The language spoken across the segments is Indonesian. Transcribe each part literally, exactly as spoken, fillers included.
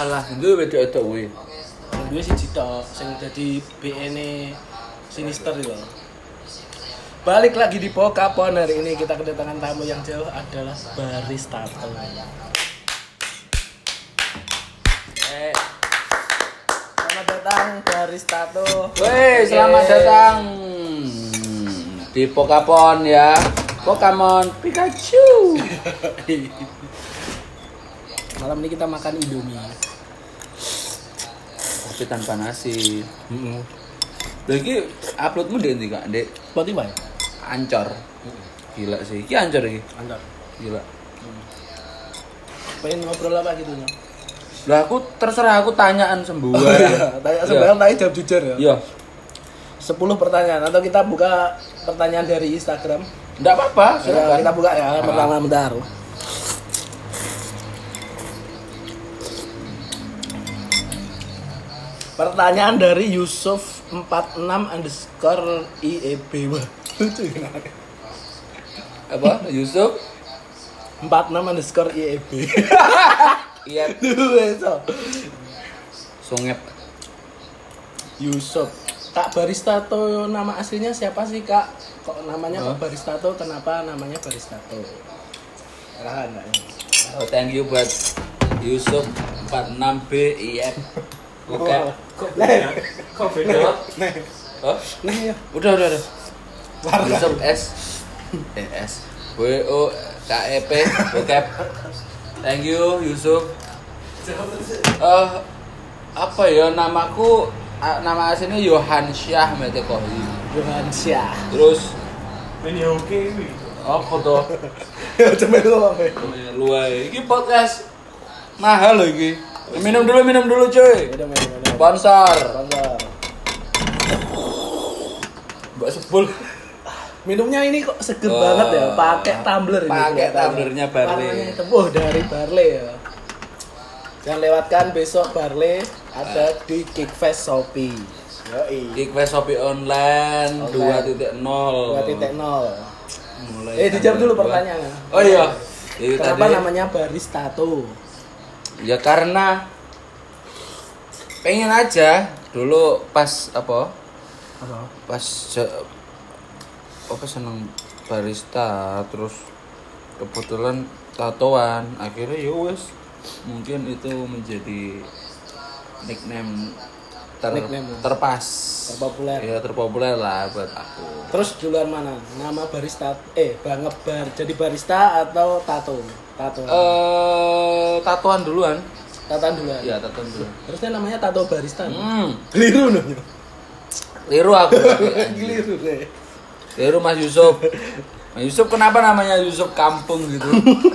alah, itu wedok-wedok kuwi. Duwe siji tok sing dadi B N-e Sinister itu. Balik lagi di Pokapon, hari ini kita kedatangan tamu yang jauh adalah Baristato. Eh, Selamat datang Baristato. woi, selamat datang di Pokapon ya. Pokemon Pikachu. Malam ini kita makan Indomie. Tapi tanpa nasi. Heeh. Lha iki uploadmu ndek ndi, Kak? Ndek Spotify. Ancor. Gila sih. Iki Ancor iki. Mantap. Gila. Pengen ngobrol apa gitu nya? Lah aku terserah aku tanyaan sembuh. Iya, tanya sembarang tanya jawab jujur ya. Iya. sepuluh pertanyaan atau kita buka pertanyaan dari Instagram. Enggak apa-apa, Ya, silakan. kita buka ya, pertama bentar. Pertanyaan dari Yusuf empat enam underscore I E B. Wah, lucu ya. Apa? Yusuf? empat enam underscore I E B. Iya. Duh, so. Songep. Yusuf. Kak Baristato nama aslinya siapa sih, Kak? Kok namanya Huh? Kak Baristato? Kenapa namanya Baristato? Rahan, Kak. Oh, thank you buat Yusuf empat enam B I F. Oke. Nah, Kok beda? nah, Oh, nah ya. udah udah udah. Warna. Yusuf S eh S W O K E P bokep. Thank you Yusuf. Eh apa ya namaku a- nama aslinya Yohan Syah Metekohi. Johan Syah. Terus Ini oke wi. apa tuh? Coba lu apa? Luai. Iki podcast mahal loh iki. Minum dulu minum dulu cuy. Udah main main. Sponsor. Sponsor. Mbak Sebul. Minumnya ini kok seger Oh. banget ya, pakai tumbler ini. Pakai kelihatannya. tumblernya Barley. Warnanya hitam. Oh, dari Barley ya. Jangan lewatkan besok Barley ada di Kickfest Shopee. Yoi. Request Shopee online dua titik nol. dua titik nol. Mulai Eh, dijawab dulu tanggal dua. pertanyaannya. Oh iya. Itu Kenapa tadi. namanya Baristato? Ya karena pengen aja dulu pas apa? Apa? Pas je- apa seneng barista terus kebetulan tatoan akhirnya ya wes mungkin itu menjadi nickname ter Nickname. terpas Terpopuler. ya terpopuler lah buat aku. Terus duluan mana? Nama barista eh banget bar jadi barista atau tato? Tato. Eh tatoan duluan. Tatoan duluan. Iya, tatoan duluan. Terusnya namanya tato barista. Hmm, Keliru namanya. liru aku. Keliru deh. Liru Mas Yusuf. Mas Yusuf kenapa namanya Yusuf Kampung gitu?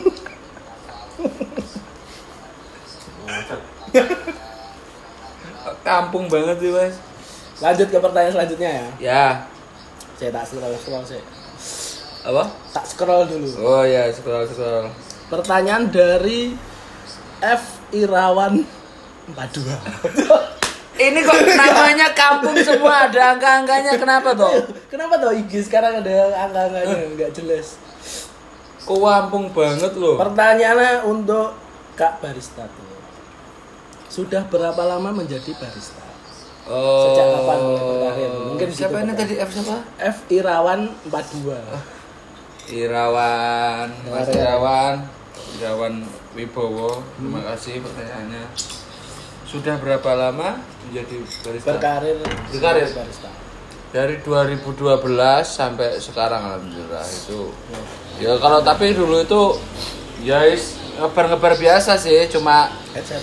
Kampung banget sih, Mas. Lanjut ke pertanyaan selanjutnya ya. Ya, Saya tak scroll scroll saya. apa? Tak scroll dulu. Oh ya, scroll scroll. Pertanyaan dari F Irawan empat dua. Ini kok namanya kampung semua ada angka-angkanya kenapa toh? Kenapa tuh I G sekarang ada angka-angkanya nggak jelas? Kok kampung banget loh. Pertanyaannya untuk Kak Barista tuh. Sudah berapa lama menjadi barista? Oh. Sejak kapan mulai berkarir? Mungkin siapa gitu, ini Pak. tadi F siapa? F Irawan empat dua. Irawan, Mas Irawan. Irawan, Irawan Wibowo. Terima kasih pertanyaannya. Sudah berapa lama menjadi barista? Berkarir Berkarir. sebagai barista. Dari dua ribu dua belas sampai sekarang alhamdulillah itu. Ya kalau tapi dulu itu ya is ngebar-ngebar biasa sih, cuma Headset.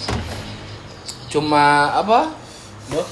cuma apa? Boh.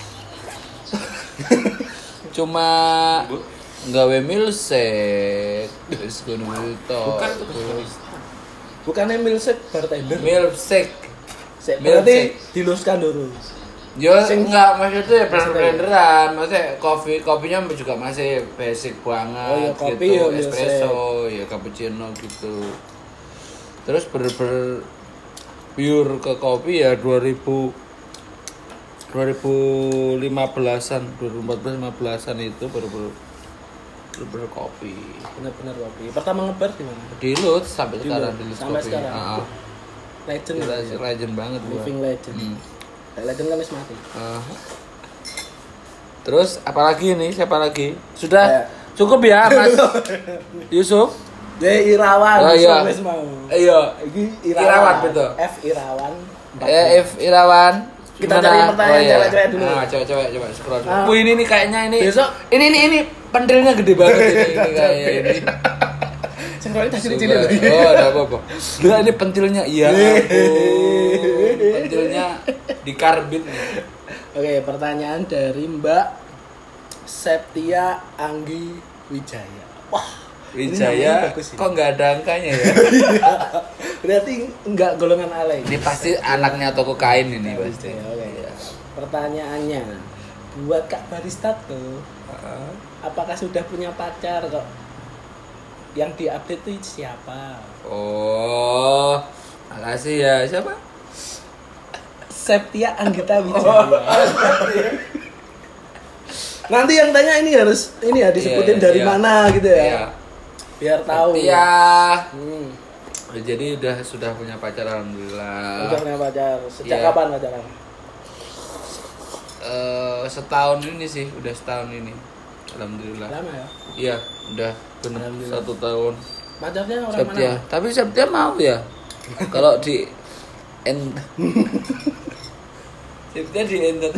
Cuma nggawe milkshake. Wis ngono to. Bukan itu barista. Bukannya milkshake bartender. Milkshake. Sek, Milkshake. berarti diluskan dulu. Yo Sing- enggak maksudnya Maksudnya? blender-blenderan, maksudnya kopi kopinya juga masih basic banget Oh, ya, kopi gitu, ya, espresso, ya cappuccino gitu. Terus ber-ber pure ke kopi ya dua ribu dua ribu lima belasan, dua ribu empat belas lima belasan itu baru baru baru kopi. Benar-benar kopi. Pertama ngebar di mana? Di Lut sampai Di sekarang Lut. di Lut Sampai kopi. sekarang. Ah, ah. legend. Gila, ya. legend banget gua. Living legend. Hmm. Legend kan wis mati. Uh, terus apalagi nih? Siapa lagi? Sudah Ya. cukup ya, Mas Yusuf? De Irawan Oh, iya. wis mau. Iya. Iki Irawan, Irawan, betul. F Irawan. Eh, F Irawan. Kita Gimana? cari pertanyaan Oh, iya. cewek-cewek dulu. Ah, cewek-cewek coba scroll. Ah. Wih, ini nih kayaknya ini. Besok. Ini ini ini pentilnya gede banget ini, ini kayaknya ini. Sing roe tak cilik Suka. Oh, ada apa-apa. Gila ini pentilnya. Iya. ampun. Pentilnya dikarbit nih. Oke, pertanyaan dari Mbak Septia Anggi Wijaya. Wah, ini namanya Wijaya bagus ini. kok nggak ada angkanya ya? Berarti enggak golongan alay. Ini pasti anaknya toko kain ini pasti. Oke, oke. Pertanyaannya, buat Kak Barista tuh, Heeh. apakah sudah punya pacar kok? Yang diupdate itu siapa? Oh, makasih ya. Siapa? Septia Anggita Wijaya. Nanti yang tanya ini harus ini ya disebutin Iya, dari iya. mana gitu ya. Iya. Biar tahu. Iya. Hmm. Jadi udah sudah punya pacar alhamdulillah. Udah punya pacar. Sejak Iya. kapan pacaran? Eh, setahun ini sih, udah setahun ini. Alhamdulillah. Lama ya. Iya, udah benar Alhamdulillah. satu tahun. Pacarnya orang Septia. mana? Tapi Septia mau ya. Kalau di end Septia di enter.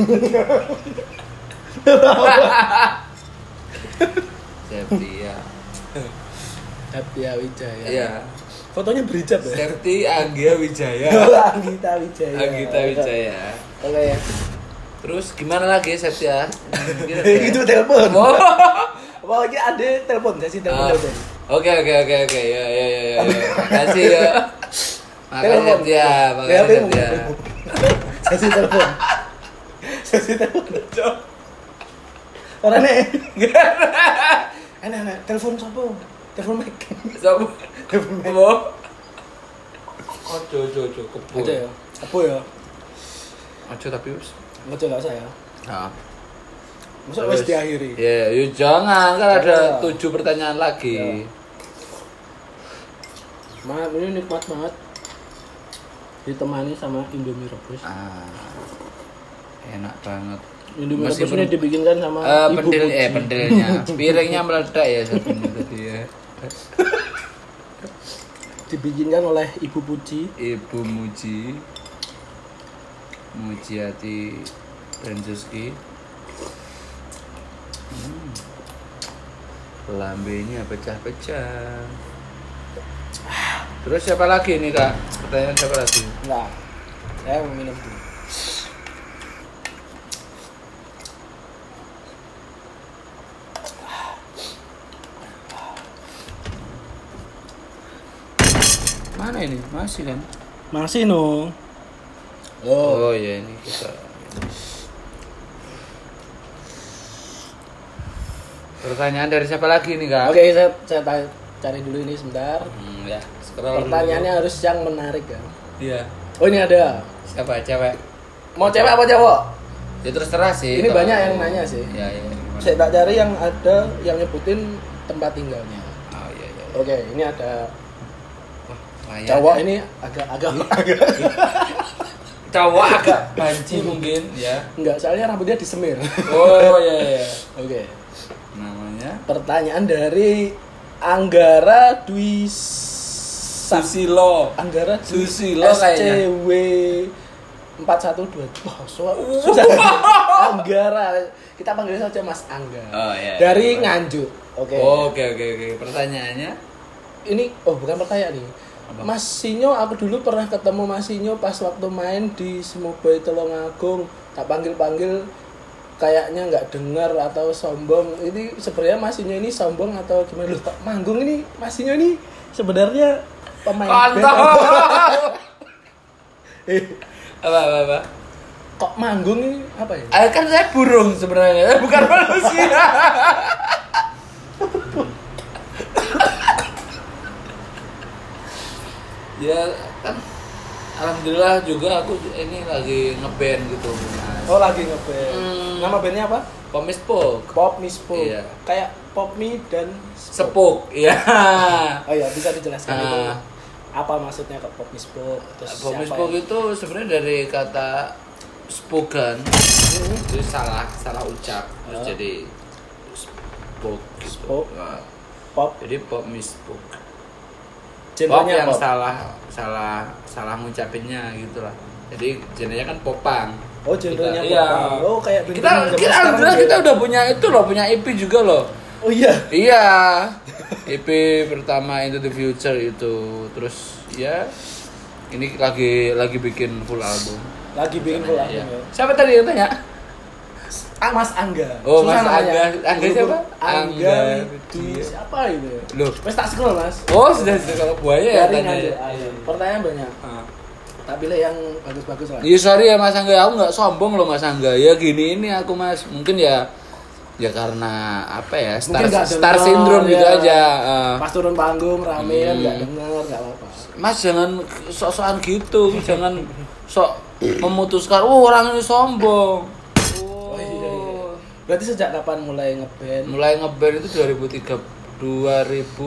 Septia. Septia Wijaya. Iya. Fotonya berhijab ya. Septi Anggia Wijaya. Anggita Wijaya. Anggita Wijaya. Oke ya. Terus gimana lagi Septia? Itu telepon. Oh. Pokoknya ada telepon, saya sih telepon Ah. dulu. Oke oke oke oke ya ya ya ya. Makasih ya. Makasih Telepon. Septia, makasih Telepon. Septia. Saya sih telepon. Saya sih telepon. Orang nih. Enak enak telepon siapa? Telepon Mac. Sopo? Telepon Mac. Apa? Ojo ojo ojo kebo. Aja ya. Apa ya? Ojo tapi wis. Nggak jelas saya. Nah. Masa wis diakhiri. Ya, yuk jangan kan ada Ya. tujuh pertanyaan lagi. Ya. Maaf ini nikmat banget. Ditemani sama Indomie rebus. Ah. Enak banget. Indomie rebus Meskipun- ini dibikinkan sama Eh, Ibu pendil Puji. eh pendilnya. Piringnya meledak ya satunya tadi ya. Dibikinkan oleh Ibu Puji. Ibu Muji Mujiati Renjuski. Hmm. Lambenya pecah-pecah. Terus siapa lagi nih kak? Pertanyaan siapa lagi? Enggak. Saya mau minum dulu. Mana ini? Masih kan? Masih no. Oh, ya ini kita. Pertanyaan dari siapa lagi nih kak? Oke, saya saya ta- cari dulu ini sebentar. Hmm, ya. Scroll Pertanyaannya harus yang menarik ya. dulu. Iya. Oh, ini ada. Siapa cewek? Mau cewek apa cowok? Ya terus terang sih. Ini kalau- banyak yang nanya sih. Ya ya. Gimana? Saya tak cari yang ada yang nyebutin tempat tinggalnya. Oh iya iya. Oke, ini ada Wah, lumayan. cowok ini agak agak agak Cowok agak banci mungkin ya. enggak, soalnya rambutnya disemir. Oh iya iya. Oke. Namanya Pertanyaan dari Anggara Dwi Sa- Susilo. Anggara Dwi Susilo S C kayaknya. W empat satu dua. Wah, so- susah. Anggara. Kita panggil saja Mas Angga. Oh iya. Dari Nganjuk. Oke. Oke oke oke. Pertanyaannya Ini oh bukan pertanyaan nih. Apa? Mas Sinyo, aku dulu pernah ketemu Mas Sinyo pas waktu main di Semoboy Tulungagung. Tak panggil-panggil kayaknya nggak dengar atau sombong. Ini sebenarnya Mas Sinyo ini sombong atau gimana lu? Pak manggung ini Mas Sinyo ini sebenarnya pemain band kontol. atau- Eh, apa apa apa? kok manggung ini apa ya? Eh, kan saya burung sebenarnya, eh, bukan manusia. Ya kan, alhamdulillah juga aku ini lagi ngeband gitu. Mas. Oh lagi ngeband. Hmm. Nama bandnya apa? Pomis Pok. Pop Miss Pop. Iya. Kayak Pop Me dan Sepuk, iya. Oh iya, bisa dijelaskan itu. Ah, Apa maksudnya ke pop misbok? Terus Pop siapa misbok yang- itu sebenarnya dari kata spoken. Hmm. Itu salah salah ucap terus Oh. jadi spoke gitu. Spoke. Nah, pop jadi pop misbok. Pop genrenya yang pop. salah salah salah ngucapinnya gitu lah. Jadi genrenya kan popang. Oh, genrenya Kita- iya. popang. Oh, kayak Kita band-band zaman kita sekarang alhamdulillah gitu kita ya? udah punya itu loh, punya E P juga loh. Oh iya. Iya. E P pertama Into the Future itu. Terus ya ini lagi lagi bikin full album. Lagi bikin full album Iya. ya. Siapa tadi yang tanya? Ah, Mas Angga. Oh, Mas Susah Angga. namanya. Angga siapa? Angga. Angga. Di siapa itu? Loh. Wes tak scroll, Mas. Oh, sudah sudah kalau buaya ya Garing tanya. aja. ya? Ayo. Pertanyaan banyak. Ah. Tak pilih yang bagus-bagus lah. Iya sorry ya Mas Angga, aku nggak sombong loh Mas Angga. Ya gini ini aku Mas, mungkin ya ya karena apa ya star Mungkin nggak star denger, syndrome gitu ya. aja. Ah. Pas turun panggung rame kan Hmm. enggak denger, enggak apa-apa. Mas jangan sok-sokan gitu, jangan sok memutuskan. Oh orang ini sombong. Oh, iya, iya. Berarti sejak kapan mulai ngeband? Mulai ngeband itu dua ribu tiga dua ribu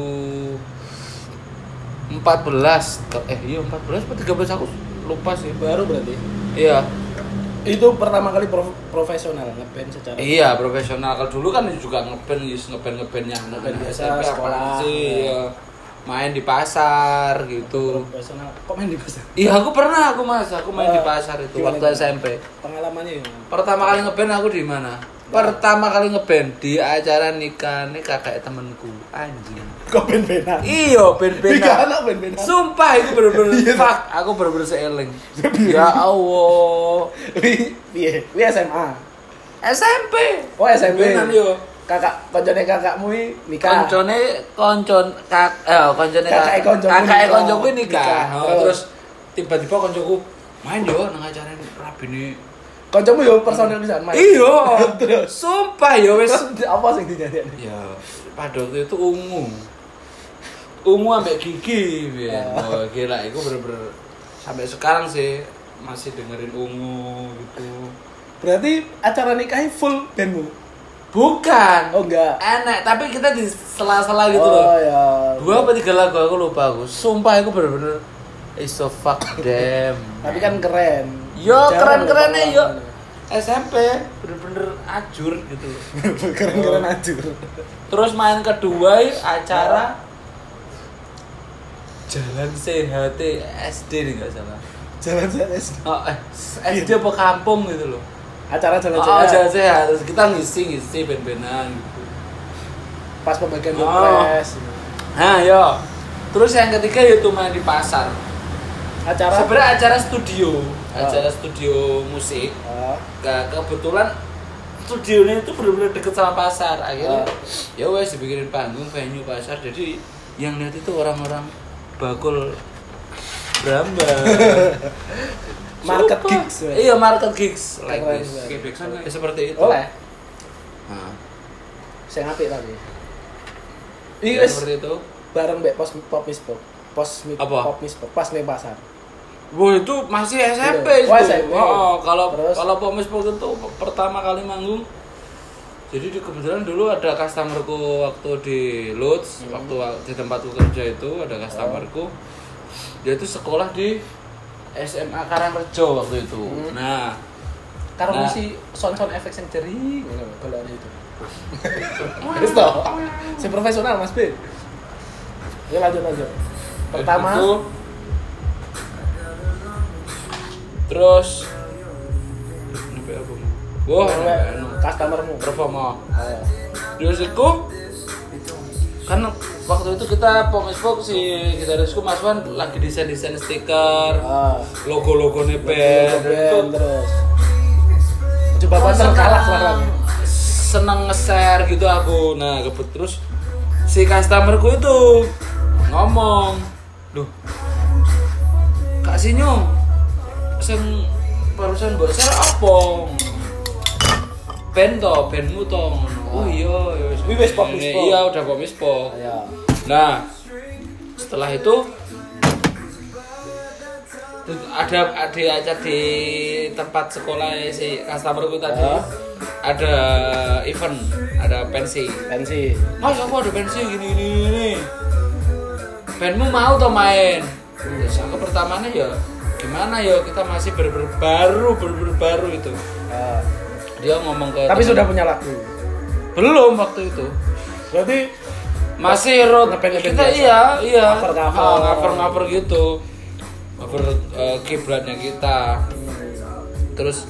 empat belas eh iya empat belas atau tiga belas aku lupa sih. Baru berarti. Iya. Itu pertama kali prof- profesional ngeband secara Iya, profesional. Kalau dulu kan juga ngeband, yes, ngeband ngeband yang Ngeband biasa, S M P apaan sekolah. sih, iya. Main di pasar gitu. profesional. Kok main di pasar? Iya, aku pernah aku Mas, aku main di Eh, pasar itu gimana waktu itu? S M P. Pengalamannya ya. Pertama kali ngeband aku di mana? Pertama kali ngeband di acara nikahnya kakak temenku. Anjing. Kok band-bandan? Iyo, band-bandan. Nikah anak band-bandan. Sumpah itu bener-bener Iya, fuck, aku bener-bener seeling. Ya Allah. Wi, piye? Wi S M A. S M P. Oh, S M P. Band-bandan, yo. Kakak koncone kakakmu i nikah. Koncone koncon kak eh koncone Kakake koncoku kakake nikah. koncoku nikah. Nikah. Oh, Terus? terus tiba-tiba koncoku main yo nang acara rabine. Koncomu yo personil pisan main. Iya. Terus Sumpah yo wis terus apa sing dijadian? ya pada waktu itu ungu. Ungu ambek gigi ya. Oh, gila itu bener-bener sampai sekarang sih masih dengerin ungu gitu. Berarti acara nikahnya full bandmu? Bukan. Oh enggak. Enak, tapi kita di sela-sela gitu Oh loh. ya. Dua apa tiga lagu aku lupa aku. Sumpah aku bener-bener is so fuck damn. Tapi kan keren. Yo Jarang keren-kerennya ada yo. pengalaman. S M P bener-bener ajur gitu. Keren-keren ajur. Terus main kedua acara Jalan Sehat S D nih nggak salah. Jalan jalan S D. Oh, eh, S D apa kampung gitu loh. Acara jalan Oh, jalan. Jalan Sehat. Terus kita ngisi-ngisi ben-benan gitu. Pas pembagian Oh. Pilpres. Nah, yo. Terus yang ketiga yaitu main di pasar. Acara Sebenarnya acara studio, Oh. acara studio musik. Ah, Ke- kebetulan studionya itu benar-benar deket sama pasar. Akhirnya Oh. ya wes dibikinin panggung venue pasar. Jadi yang lihat itu orang-orang bakul Bramba. Market Sumpah. gigs, wes. Iya, market gigs like Keren this. banget. Ya, seperti itu. oleh. Nah, Saya ngapik tadi. ya, Iya, wes. seperti itu. Bareng mbek pos pop misbok. Pos mi, Apa? pop misbok pas ning pasar. Wah itu masih S M P Iya. Oh, itu. S M P. Oh, kalau Terus? kalau Pomis Pok itu pertama kali manggung. Jadi di kebetulan dulu ada customerku waktu di Lutz, Hmm. waktu di tempatku kerja itu ada customerku. Dia itu sekolah di S M A Karangrejo waktu itu. Hmm. Nah, Karena Nah. si sound-sound efek yang jering ngono kalau ada itu. Wis toh. Si profesional Mas B. Ya lanjut lanjut. Pertama itu, terus ini apa? Wah, oleh anu, customermu. performa. Oh. Terus itu kan waktu itu kita Pomispok si gitarisku Mas Wan lagi desain-desain stiker, Ah. logo-logo nih Logo band. band, terus. Coba banter kalah sekarang. Seneng nge-share gitu aku. Nah, kebet terus si customerku itu ngomong, "Duh, Kak Sinyo, sing barusan mbok share apa?" Band to, bandmu to. Oh iya, ya wis. Wih, wis Pomispok. Iya, udah Pomispok. Ya. Nah, setelah itu ada ada aja di tempat sekolah si customerku tadi. Ah. Ada event, ada pensi. Pensi. Mas, aku ada pensi gini gini gini. Bandmu mau tuh main? Terus aku pertamanya ya gimana ya kita masih bener-bener baru bener-bener baru itu. Ah. Dia ngomong ke Tapi temen- sudah punya lagu. belum waktu itu. Berarti Masih road ngeband-ngeband kita biasa. iya iya Cover-cover. Ah, cover-cover gitu. Cover eh, kiblatnya kita. Terus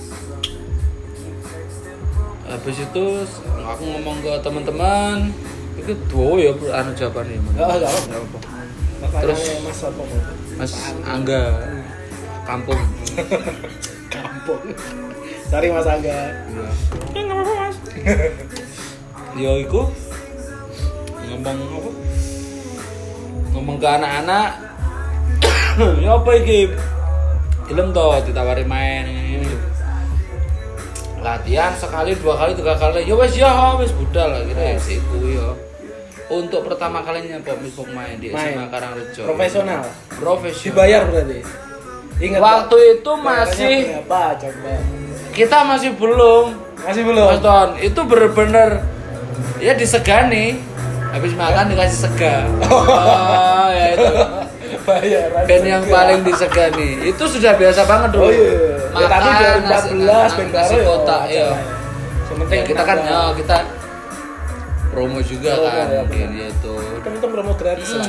habis itu aku ngomong ke teman-teman itu duo ya anu jawabannya enggak enggak apa. Nggak apa. Terus Terus- Mas apa? Mas Angga kampung. Kampung. Cari Mas Angga. Iya. Ya enggak apa-apa, Mas. Yo iku ngomong apa? Ngomong ke anak-anak. Ya apa iki? Gelem toh ditawari main ini. Latihan sekali, dua kali, tiga kali. Ya wes ya wes budal lah kira ya iku ya. Untuk pertama kalinya Pop Miss Pop main di S M A Main. Karangrejo. Profesional. Profesional. Dibayar berarti. Ingat Waktu Pak? itu masih Bayarnya berapa coba? kita masih belum Masih belum. Mas Ton, itu bener-bener ya disegani. Habis makan dikasih sega. Oh, ya itu. Bayaran. Band yang juga. paling disegani. Itu sudah biasa banget dulu. Oh iya. Ya, tapi dua ribu empat belas band baru nasi ya. kotak wajar ya. lah. Sementing Ya, kita kan ada- ya kita promo juga Promo, kan ya, mungkin benar. itu. Kan itu promo gratis Hmm. lah.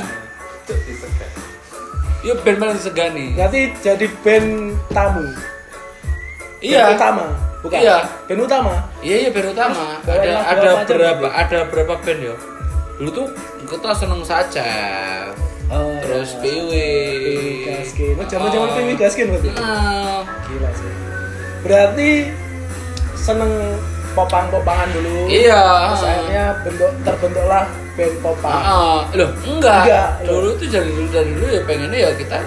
Ya band paling disegani. Berarti jadi band tamu. Iya. Band utama. Bukan. Iya. Band utama. Iya iya band utama. Bawain Ada lagu ada apa aja berapa berarti? ada berapa band ya? Dulu tuh kita seneng saja. Oh, Terus iya. P W. Gaskin. Oh, zaman-zaman P W Gaskin berarti. Nah, Gila sih. Berarti seneng popang-popangan dulu. Iya. Terus akhirnya bentuk terbentuklah band popang. ah, loh enggak. Enggak, Dulu tuh dari dulu dari dulu ya pengennya ya kita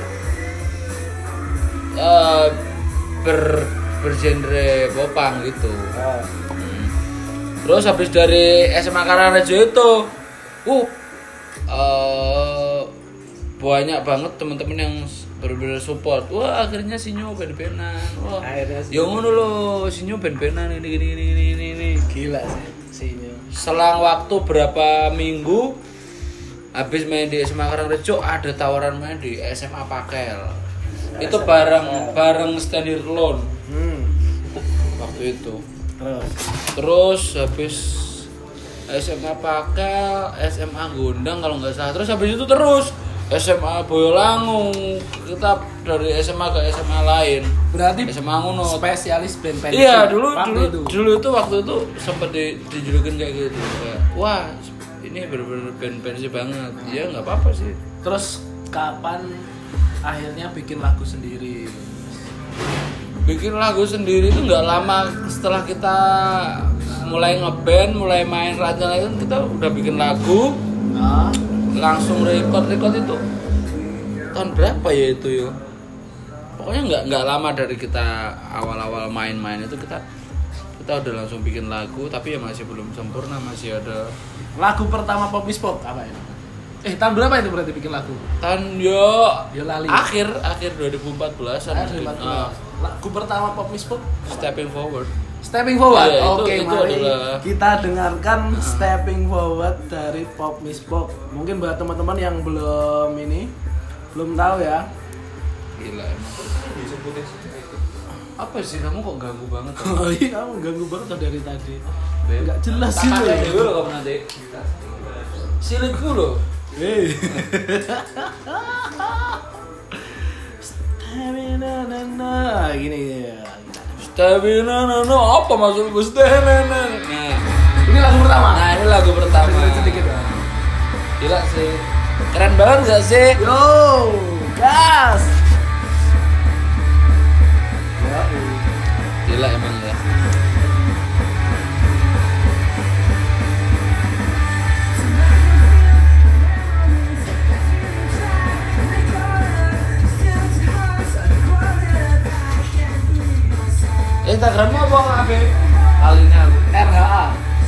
eh ber bergenre popang gitu. Oh. Terus habis dari S M A Karangrejo itu, uh, eh, banyak banget teman-teman yang benar-benar support. Wah akhirnya Sinyo ben-benan. Wah, Akhirnya ya ngono loh, Sinyo ben-benan ini gini gini gini gini. gini. Gila sih sinyo. Selang waktu berapa minggu, habis main di S M A Karangrejo ada tawaran main di S M A Pakel. Itu bareng bareng Standard Loan Hmm. waktu itu. Terus. Terus habis S M A Pakel, S M A Gondang kalau nggak salah. Terus habis itu terus S M A Boyolangung. Kita dari S M A ke S M A lain. Berarti S M A Nguno. spesialis band pensi. Iya dulu Waktu dulu itu. dulu itu waktu itu sempat di, dijulukin kayak gitu. Kayak, wah ini bener-bener band pensi banget. Ya nggak apa-apa sih. Terus kapan akhirnya bikin lagu sendiri? Bikin lagu sendiri itu nggak lama setelah kita mulai ngeband, mulai main latihan kita udah bikin lagu. Nah, Langsung record record itu tahun berapa ya itu yo pokoknya nggak nggak lama dari kita awal-awal main-main itu kita kita udah langsung bikin lagu tapi ya masih belum sempurna, masih ada lagu pertama Pop Miss Pop apa ya? Eh tahun berapa itu berarti bikin lagu? tahun yo Yo lali. akhir akhir dua ribu empat belasan Ah, dua ribu empat belas. Lagu pertama Pop Miss Pop Stepping Forward. Stepping Forward. Iya, itu- Oke, itu mari adalah- kita dengarkan Stepping Forward dari Pop Miss Pop. Mungkin buat teman-teman yang belum ini belum tahu ya. Gila emang. Apa sih kamu kok ganggu banget? Oh iya, kamu ganggu banget tuh dari tadi. Beb? Enggak jelas Tak sih pakai lu. dulu kamu nanti. Silikku loh. Eh. Stamina gini ya. Stamina no apa maksudmu stamina? Nah, Ini lagu pertama. nah ini lagu pertama. Sedikit sedikit ya. Gila sih. Keren banget gak sih? Yo, gas. Ya, Gila emang ya. Instagrammu apa nggak Be? Kali ini aku. R H A.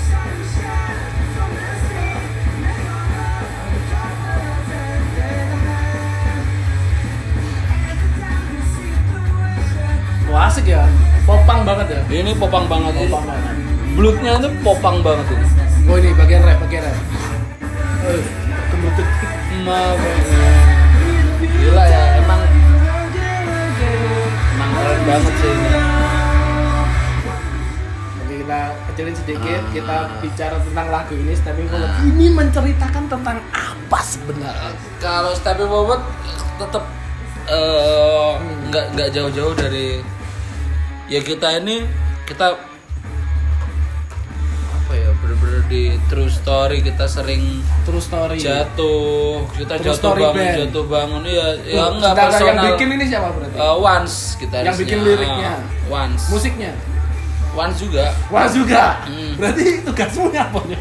Wah asik ya, popang banget ya. Ini popang banget ini. Popang banget. Bloodnya itu popang banget ini. Oh ini bagian rap, bagian rap. Eh, kemutut. Ma, gila ya keren banget sih ini. Oke, kita kecilin sedikit, Ah. kita bicara tentang lagu ini Stepping Forward. Ini menceritakan tentang apa sebenarnya? Kalau Stepping Forward tetap eh, nggak nggak jauh-jauh dari ya kita ini kita apa ya bener-bener di true story kita sering True story. jatuh kita True jatuh story bangun band. jatuh bangun ya ya Oh, enggak sebentar, personal. yang bikin ini siapa berarti? Eh, Once kita Yang bikin liriknya. Once Musiknya? Once juga. Wah juga. Hmm. Berarti tugasmu apa nih?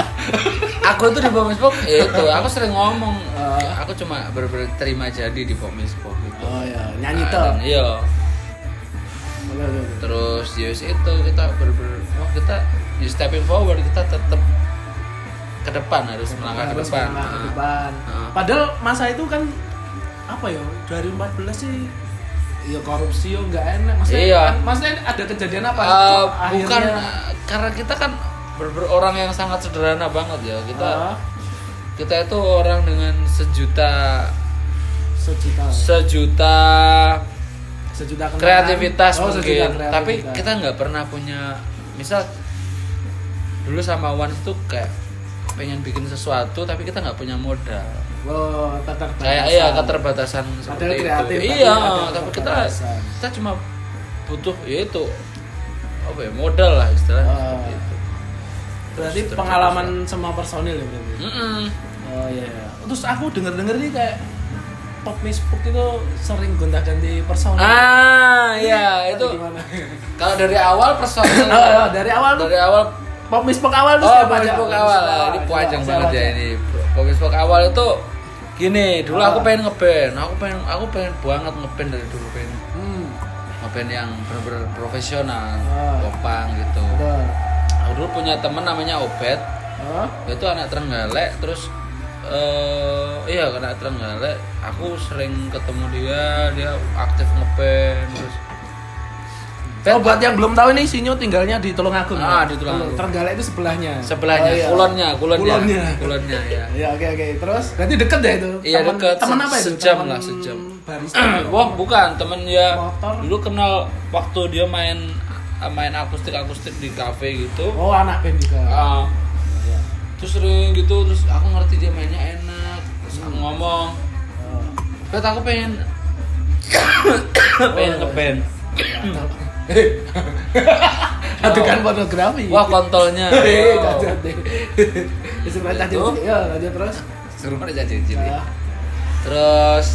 Aku tuh di Pomispok ya itu aku sering ngomong Ah. aku cuma bener-bener terima jadi di Pomispok gitu. Oh ya, nyanyi Ah, toh. dan iya. Boleh, boleh. Terus yes itu kita bener-bener wah kita di stepping forward kita tetap ke depan harus melangkah ke Harus depan. melangkah ke Ah. depan. Ah. Padahal masa itu kan apa ya? dua ribu empat belas sih ya korupsi yo nggak enak. Maksudnya, Iya. kan, maksudnya ada kejadian apa? Eh, Kok bukan akhirnya- eh, karena kita kan bener-bener orang yang sangat sederhana banget ya kita Ah, kita itu orang dengan sejuta sejuta sejuta sejuta kenangan. kreativitas Oh, sejuta mungkin tapi kreativitas. kita nggak pernah punya misal dulu sama Wan itu kayak pengen bikin sesuatu tapi kita nggak punya modal oh, keterbatasan. kayak iya keterbatasan seperti Padahal kreatif, itu tapi iya ada tapi kita keterbatasan. kita cuma butuh ya itu apa ya modal lah istilahnya Oh. seperti itu. Berarti Terus- pengalaman semua personil ya berarti. Mm-mm. Oh iya. iya. Terus aku denger-denger nih kayak Pop Miss Puk itu sering gonta-ganti personil. ah iya itu Gimana? kalau dari awal personil Oh, oh, dari awal tuh dari awal Pop Miss Puk awal tuh oh siapa aja? Pomispok awal lah ini Coba, panjang siapa banget ya aja? ini Pomispok awal itu gini dulu Ah. aku pengen ngeband aku pengen aku pengen banget ngeband dari dulu pengen Hmm. ngeband yang bener-bener profesional Ah. popang gitu Betul. aku dulu punya temen namanya Obet Oh. dia tuh anak Trenggalek terus eh iya anak Trenggalek aku sering ketemu dia dia aktif ngeband terus Oh, buat yang belum tahu ini Sinyo tinggalnya di Tulungagung. Ah, ya? di Tulungagung. Trenggalek itu sebelahnya. sebelahnya Oh, iya. kulonnya kulonnya Kulonnya. kulonnya ya Ya, oke oke. Terus berarti deket ya itu? Iya, Teman- deket. Teman apa itu? Sejam Teman lah, sejam. Barista. wah bukan temen dia Motor. dulu kenal waktu dia main main akustik akustik di kafe gitu Oh, anak band juga. Ah, Iya. terus sering gitu terus aku ngerti dia mainnya enak terus aku ngomong Oh. bet aku pengen pengen ngeband Adegan fotografi. wah kontolnya Eh, wow. cacat deh. Sebenarnya cacat. Itu. Ya, lanjut terus. seru banget jadi cilik Ah. terus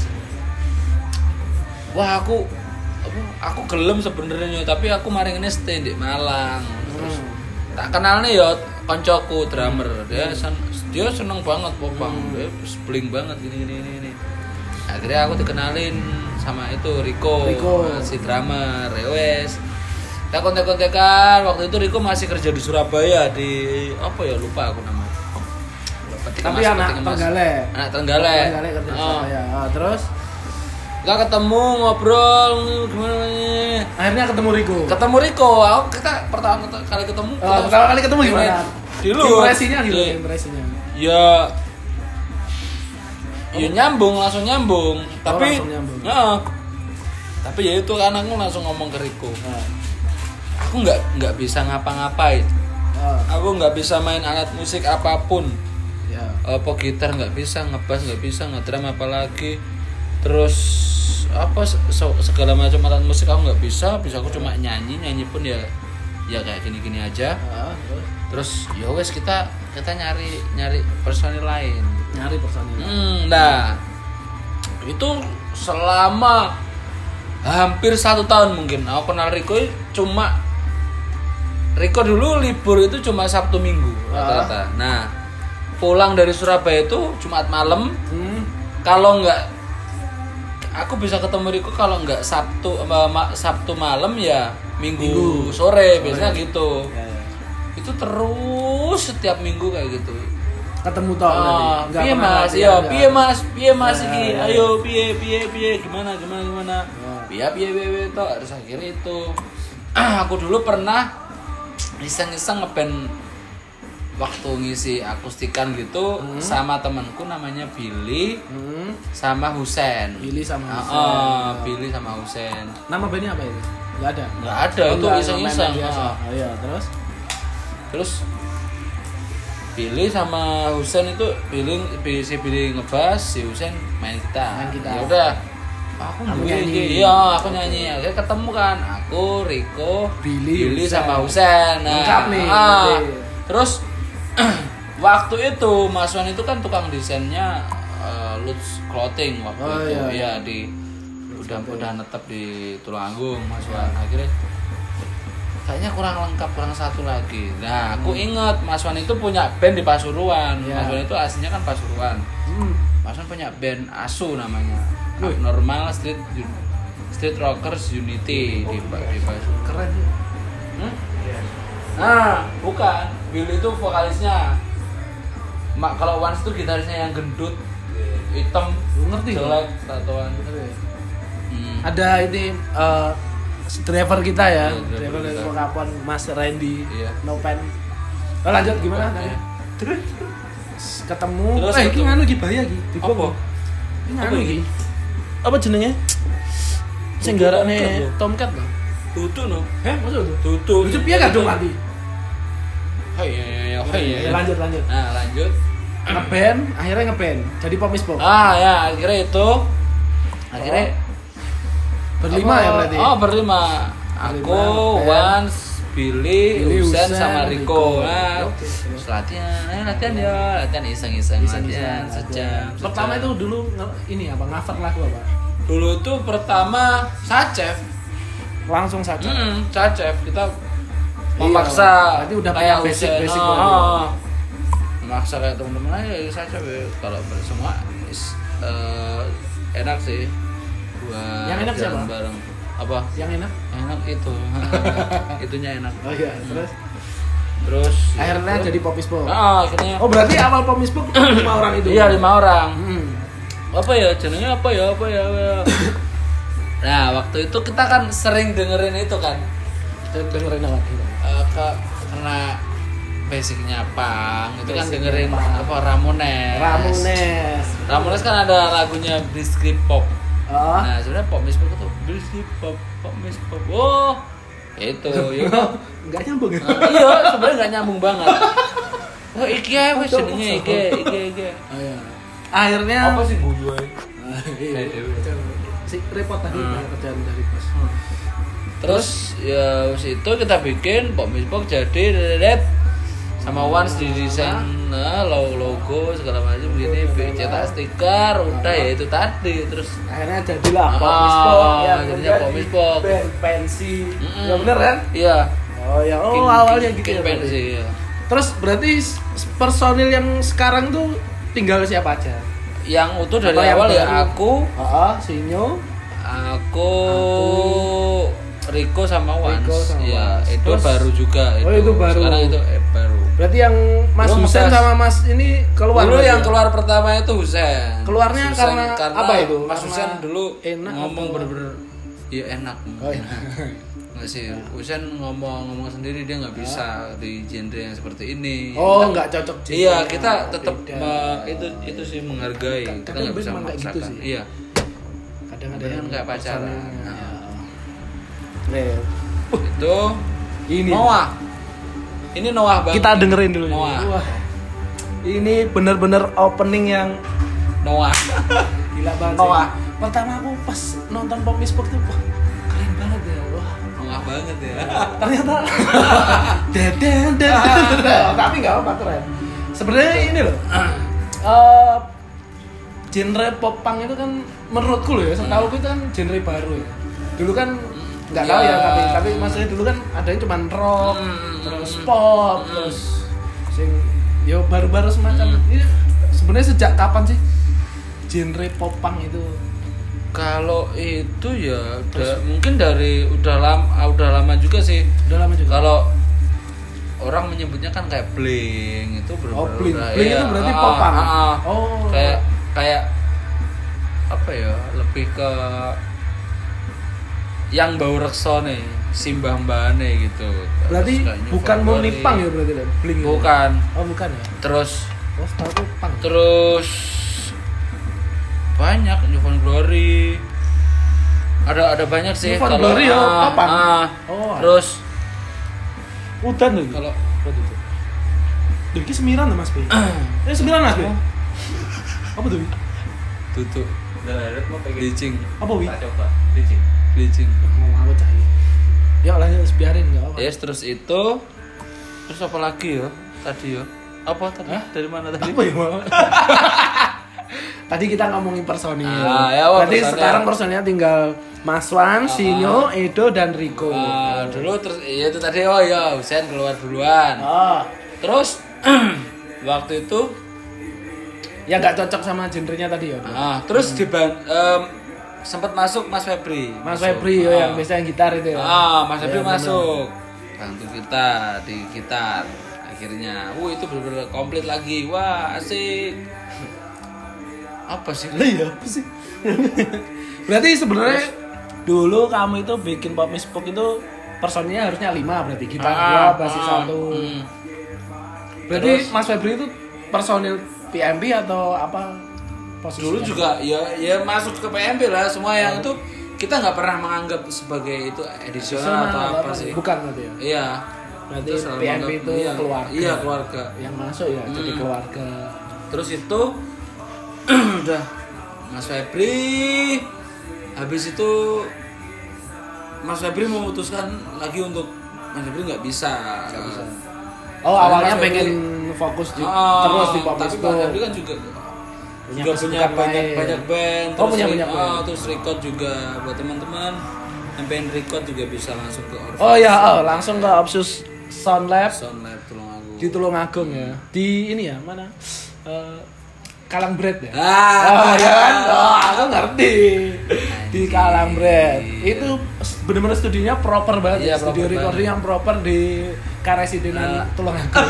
wah aku aku, aku gelem sebenarnya tapi aku maring ini stay di Malang terus Hmm. tak kenal nih ya koncoku drummer dia sen, dia seneng banget popang Hmm. dia bling banget gini gini gini, gini. Akhirnya aku dikenalin sama itu Riko, Riko. si drummer wes kita kontek-kontekan waktu itu Riko masih kerja di Surabaya di apa ya lupa aku namanya. Peti Tapi Kemas, anak Peti Kemas. Trenggalek. Anak Trenggalek. Trenggalek kerja Oh. saya. Ah, terus Kita ketemu ngobrol gimana nih. akhirnya ketemu Riko. Ketemu Riko, aku kita pertama kali ketemu. Oh, kita- pertama kali ketemu gimana? Di lu. Impresinya gitu, Iya. impresinya. Ya Ya nyambung, langsung nyambung. Tapi langsung nyambung. Heeh. Tapi ya itu kan aku langsung ngomong ke Riko. Nah, Aku nggak nggak bisa ngapa-ngapain. ah, Aku nggak bisa main alat musik apapun. ya. Apa gitar nggak bisa, ngebass nggak bisa, ngedrum apalagi. Terus apa se- segala macam alat musik aku nggak bisa. Bisa aku cuma nyanyi, nyanyi pun ya ya kayak gini-gini aja. Ah, terus Terus ya wes kita kita nyari nyari personil lain. nyari personil. Hmm, nah itu selama hampir satu tahun mungkin. Aku kenal Riko cuma Riko dulu libur itu cuma Sabtu Minggu rata-rata. Nah pulang dari Surabaya itu Jumat malam. Hmm. Kalau nggak aku bisa ketemu Riko kalau nggak Sabtu ma- ma- Sabtu malam ya Minggu, Minggu. sore biasanya gitu. Ya, ya. Itu terus setiap minggu kayak gitu. Ketemu toh. Ah, berarti. Nggak piye pernah mas, latihan, yo, nggak? piye mas, piye mas Ya, iki, ya, ayo piye, piye, piye, gimana, gimana, gimana, Ya. piye, piye, piye, piye, toh, terus akhirnya itu, aku dulu pernah iseng-iseng ngeband waktu ngisi akustikan gitu hmm. sama temanku namanya Billy hmm. sama Husen. Billy sama Husen. Oh, oh, Billy sama Husen. Nama bandnya apa itu? Nggak ada. Nggak ada, oh, itu iseng-iseng. Oh. oh iya, terus terus Billy sama Husen itu Billy, si Billy ngebas, si Husen main gitar. Main gitar. Ya udah. Aku, aku nyanyi. Iya, aku nyanyi. Akhirnya ketemu kan. Aku, Rico, Billy, Billy Husen. sama Husen. Nah, lengkap nih. Ah, terus waktu itu Mas Wan itu kan tukang desainnya uh, Lutz Clothing waktu oh, itu. Iya, iya di udah udah netep di Tulungagung Mas Wan. Akhirnya kayaknya kurang lengkap, kurang satu lagi. Nah, aku hmm. inget Mas Wan itu punya band di Pasuruan. Yeah. Mas Wan itu aslinya kan Pasuruan. Hmm. Mas Wan punya band Asu namanya. Normal Street Street Rockers Unity oh, di di Pasuruan. Keren ya. Hmm? Yeah. Nah, bukan. Billy itu vokalisnya. Mak kalau Once itu gitarisnya yang gendut, hitam, ngerti jelek, tatoan. Hmm. Ada ini uh, driver kita ya, ya driver dari Kapan Mas Randy, iya. No Pen. Oh, lanjut gimana tadi? Terus ketemu, terus eh iki nganu iki bahaya iki. Apa? Iki nganu iki. Apa jenenge? Sing garane Tomcat lho. Tutu no. Heh, maksud tutu? Tutu. Itu piye kadung mati? Hai ya ya hai ya. Lanjut lanjut. Nah, lanjut. Ngeband, akhirnya ngeband. Jadi Pop Miss Pop. Ah, ya, akhirnya itu akhirnya berlima apa? Ya berarti. Oh, berlima. Aku, Once, Billy, Billy Husen Husen, sama Rico. Rico. Nah, Oke. terus latihan, eh, latihan ya, latihan iseng-iseng latihan sejam. Pertama itu dulu ini apa cover lagu apa? Dulu tuh pertama Sacev. Langsung saja. Hmm, Sacev kita memaksa. Berarti udah kayak punya basic-basic oh, dulu. oh. Memaksa kayak teman-teman aja Sacev ya. Kalau semua is, uh, enak sih. Buat yang enak siapa? Bareng. Apa? Yang enak? Enak itu. Itunya enak. Oh iya, terus terus akhirnya ya, jadi Pop Miss Pop. Ah, akhirnya. Oh, berarti awal Pop Miss Pop lima orang itu. Iya, lima orang. Hmm. Apa ya? Jenengnya apa ya? Apa ya? Apa ya? Nah, waktu itu kita kan sering dengerin itu kan. Dengerin apa? Uh, ke, karena basicnya punk itu kan Basicnya dengerin punk. apa Ramones. Ramones. Ramones kan ada lagunya Blitzkrieg Pop. Oh. Nah, sebenarnya Pop Miss Pop itu Blitzkrieg Pop, Pop Miss Pop. Oh, itu ya udah. Enggak nyambung ya? Nah, iya, sebenarnya enggak nyambung banget. Oh, iki ae wis jenenge iki, iki iki. Oh iya. Akhirnya Apa sih guyu ae? Iya. Si repot tadi Hmm. kerjaan dari bos. Terus ya wis itu kita bikin Pop Miss Pop jadi red sama Once di desain nah, logo segala macam gini, cetak stiker, udah ya itu tadi. Terus Akhirnya jadilah Pop Ah, Miss Pop yang jadinya Pop Miss Pop. band pensi. Mm-mm. Ya bener kan? Iya. Oh ya, oh King- awalnya King- gitu King ya. berarti. Pensi, iya. Terus berarti s- personil yang sekarang tuh tinggal siapa aja? Yang utuh dari Atau yang awal ya baru? aku, Heeh, Sinyo. aku, Rico sama Once. Rico sama Ya, Once. itu Terus- baru juga itu. Oh, itu baru. Sekarang itu eh, baru. Berarti yang Mas Belum Husen ngetes. sama Mas ini keluar. Dulu berarti yang ya? keluar pertama itu Husen. Keluarnya Husen karena apa itu? Mas Karena Husen dulu enak ngomong atau- bener-bener iya enak. Oh, iya. Nggak sih, Husen ngomong-ngomong sendiri dia nggak bisa di genre yang seperti ini. Oh, Kita- enggak cocok genre. Iya, kita tetap Beda. me- itu itu sih menghargai. Kita Kadang nggak bisa memang kayak gitu memaksakan. sih. Iya. Kadang ada Kadang yang kayak pacaran. personilnya. Nah. Nih, Itu ini. Noah. Ini Noah banget. Kita dengerin dulu. ini. Noah. Wah. Ini bener-bener opening yang Noah. gila banget. Noah. sih. Pertama aku pas nonton Pop Miss Pop tuh, wah, keren banget ya. Wah, Noah banget ya. ternyata deden deden. Tapi nggak apa keren. Sebenarnya ini loh. eh genre pop punk itu kan menurutku loh ya, setahu aku itu kan genre baru ya. Dulu kan nggak tahu ya, Ya. tapi tapi maksudnya dulu kan adanya cuma rock, Hmm. terus pop, Hmm. terus sing yo baru-baru semacam Hmm. ini. Sebenarnya sejak kapan sih genre pop punk itu? Kalau itu ya udah mungkin dari udah lama udah lama juga sih. Udah lama juga. Kalau orang menyebutnya kan kayak Blink itu bener-bener Oh, Blink. udah- Blink iya, itu berarti ah, pop punk? ah, ah. Oh. Kayak kayak apa ya? Lebih ke yang bau rekso nih, simbah mbane gitu. Berarti Terus kayak New bukan Found murni Glory. pang ya berarti Le? Blink itu? Bukan. Oh bukan ya? Terus Oh setahu aku pang. terus banyak New Found Glory. Ada ada banyak sih New Found Glory ya, ah, apa? ah. Oh, terus Udan lagi. kalau Berarti itu. Duh, ini sembilan tuh Mas B. Eh sembilan Mas Be. Apa tuh? Wi? tutup Udah lihat mau pengen. bleaching, Apa Wi? Tak coba. Licin. bleaching. Mau aku cari. Ya lanjut biarin enggak apa. Yes, terus itu terus apa lagi ya? Tadi ya. Apa tadi? Hah? Dari mana tadi? Apa ya Mal? Tadi kita ngomongin personil. Ah, ya, apa Berarti personil? sekarang personilnya tinggal Mas Wan, Sinyo, Edo dan Rico. Ah, dulu terus iya itu tadi oh ya Husen keluar duluan. Oh, Terus waktu itu ya nggak cocok sama genrenya tadi ya. ah terus di sempat masuk Mas Febri. Mas Masuk. Febri yo Ah. yang biasanya gitar itu ya. Ah, Mas Febri Ya, benar. masuk. Bantu kita di gitar. Akhirnya, wuh itu benar-benar komplit lagi. Wah, asik. Apa sih? Lah ya apa sih? Berarti sebenarnya dulu kamu itu bikin pop mispoke itu personilnya harusnya lima berarti gitar dua, basis ah, satu. hmm. Berarti Terus- Mas Febri itu personil P M B atau apa posisinya? Dulu juga ya ya masuk ke P M B lah semua yang itu kita nggak pernah menganggap sebagai itu edisional atau apa sih. Bukan berarti ya. Iya. Berarti Itu selalu P M B menganggap- itu iya, keluarga. Iya, keluarga. Yang masuk ya jadi Hmm. keluarga. Terus itu udah Mas Febri habis itu Mas Febri memutuskan lagi untuk Mas Febri nggak bisa. Nggak bisa. Oh, Soalnya awalnya Mas pengen Febri- fokus di, Ah, terus di pop tapi mispoke. Mas Febri kan juga Punya juga punya kesibukan banyak lain. banyak band Oh, punya re- banyak ah, band. terus record juga buat teman-teman yang pengen record juga bisa langsung ke Orpheus. Oh ya, oh, langsung ke Opsus Sound Lab Sound Lab Tulungagung. di Tulungagung ya. Di ini ya, mana? Eh, Kalangbred ya? Ah, Oh ya kan? Oh, aku ngerti. Di Anjir. Kalangbred. Itu bener-bener studionya proper banget. Iya, ya. Studio proper recording banget. yang proper di Karesidenan Ah. Tulungagung.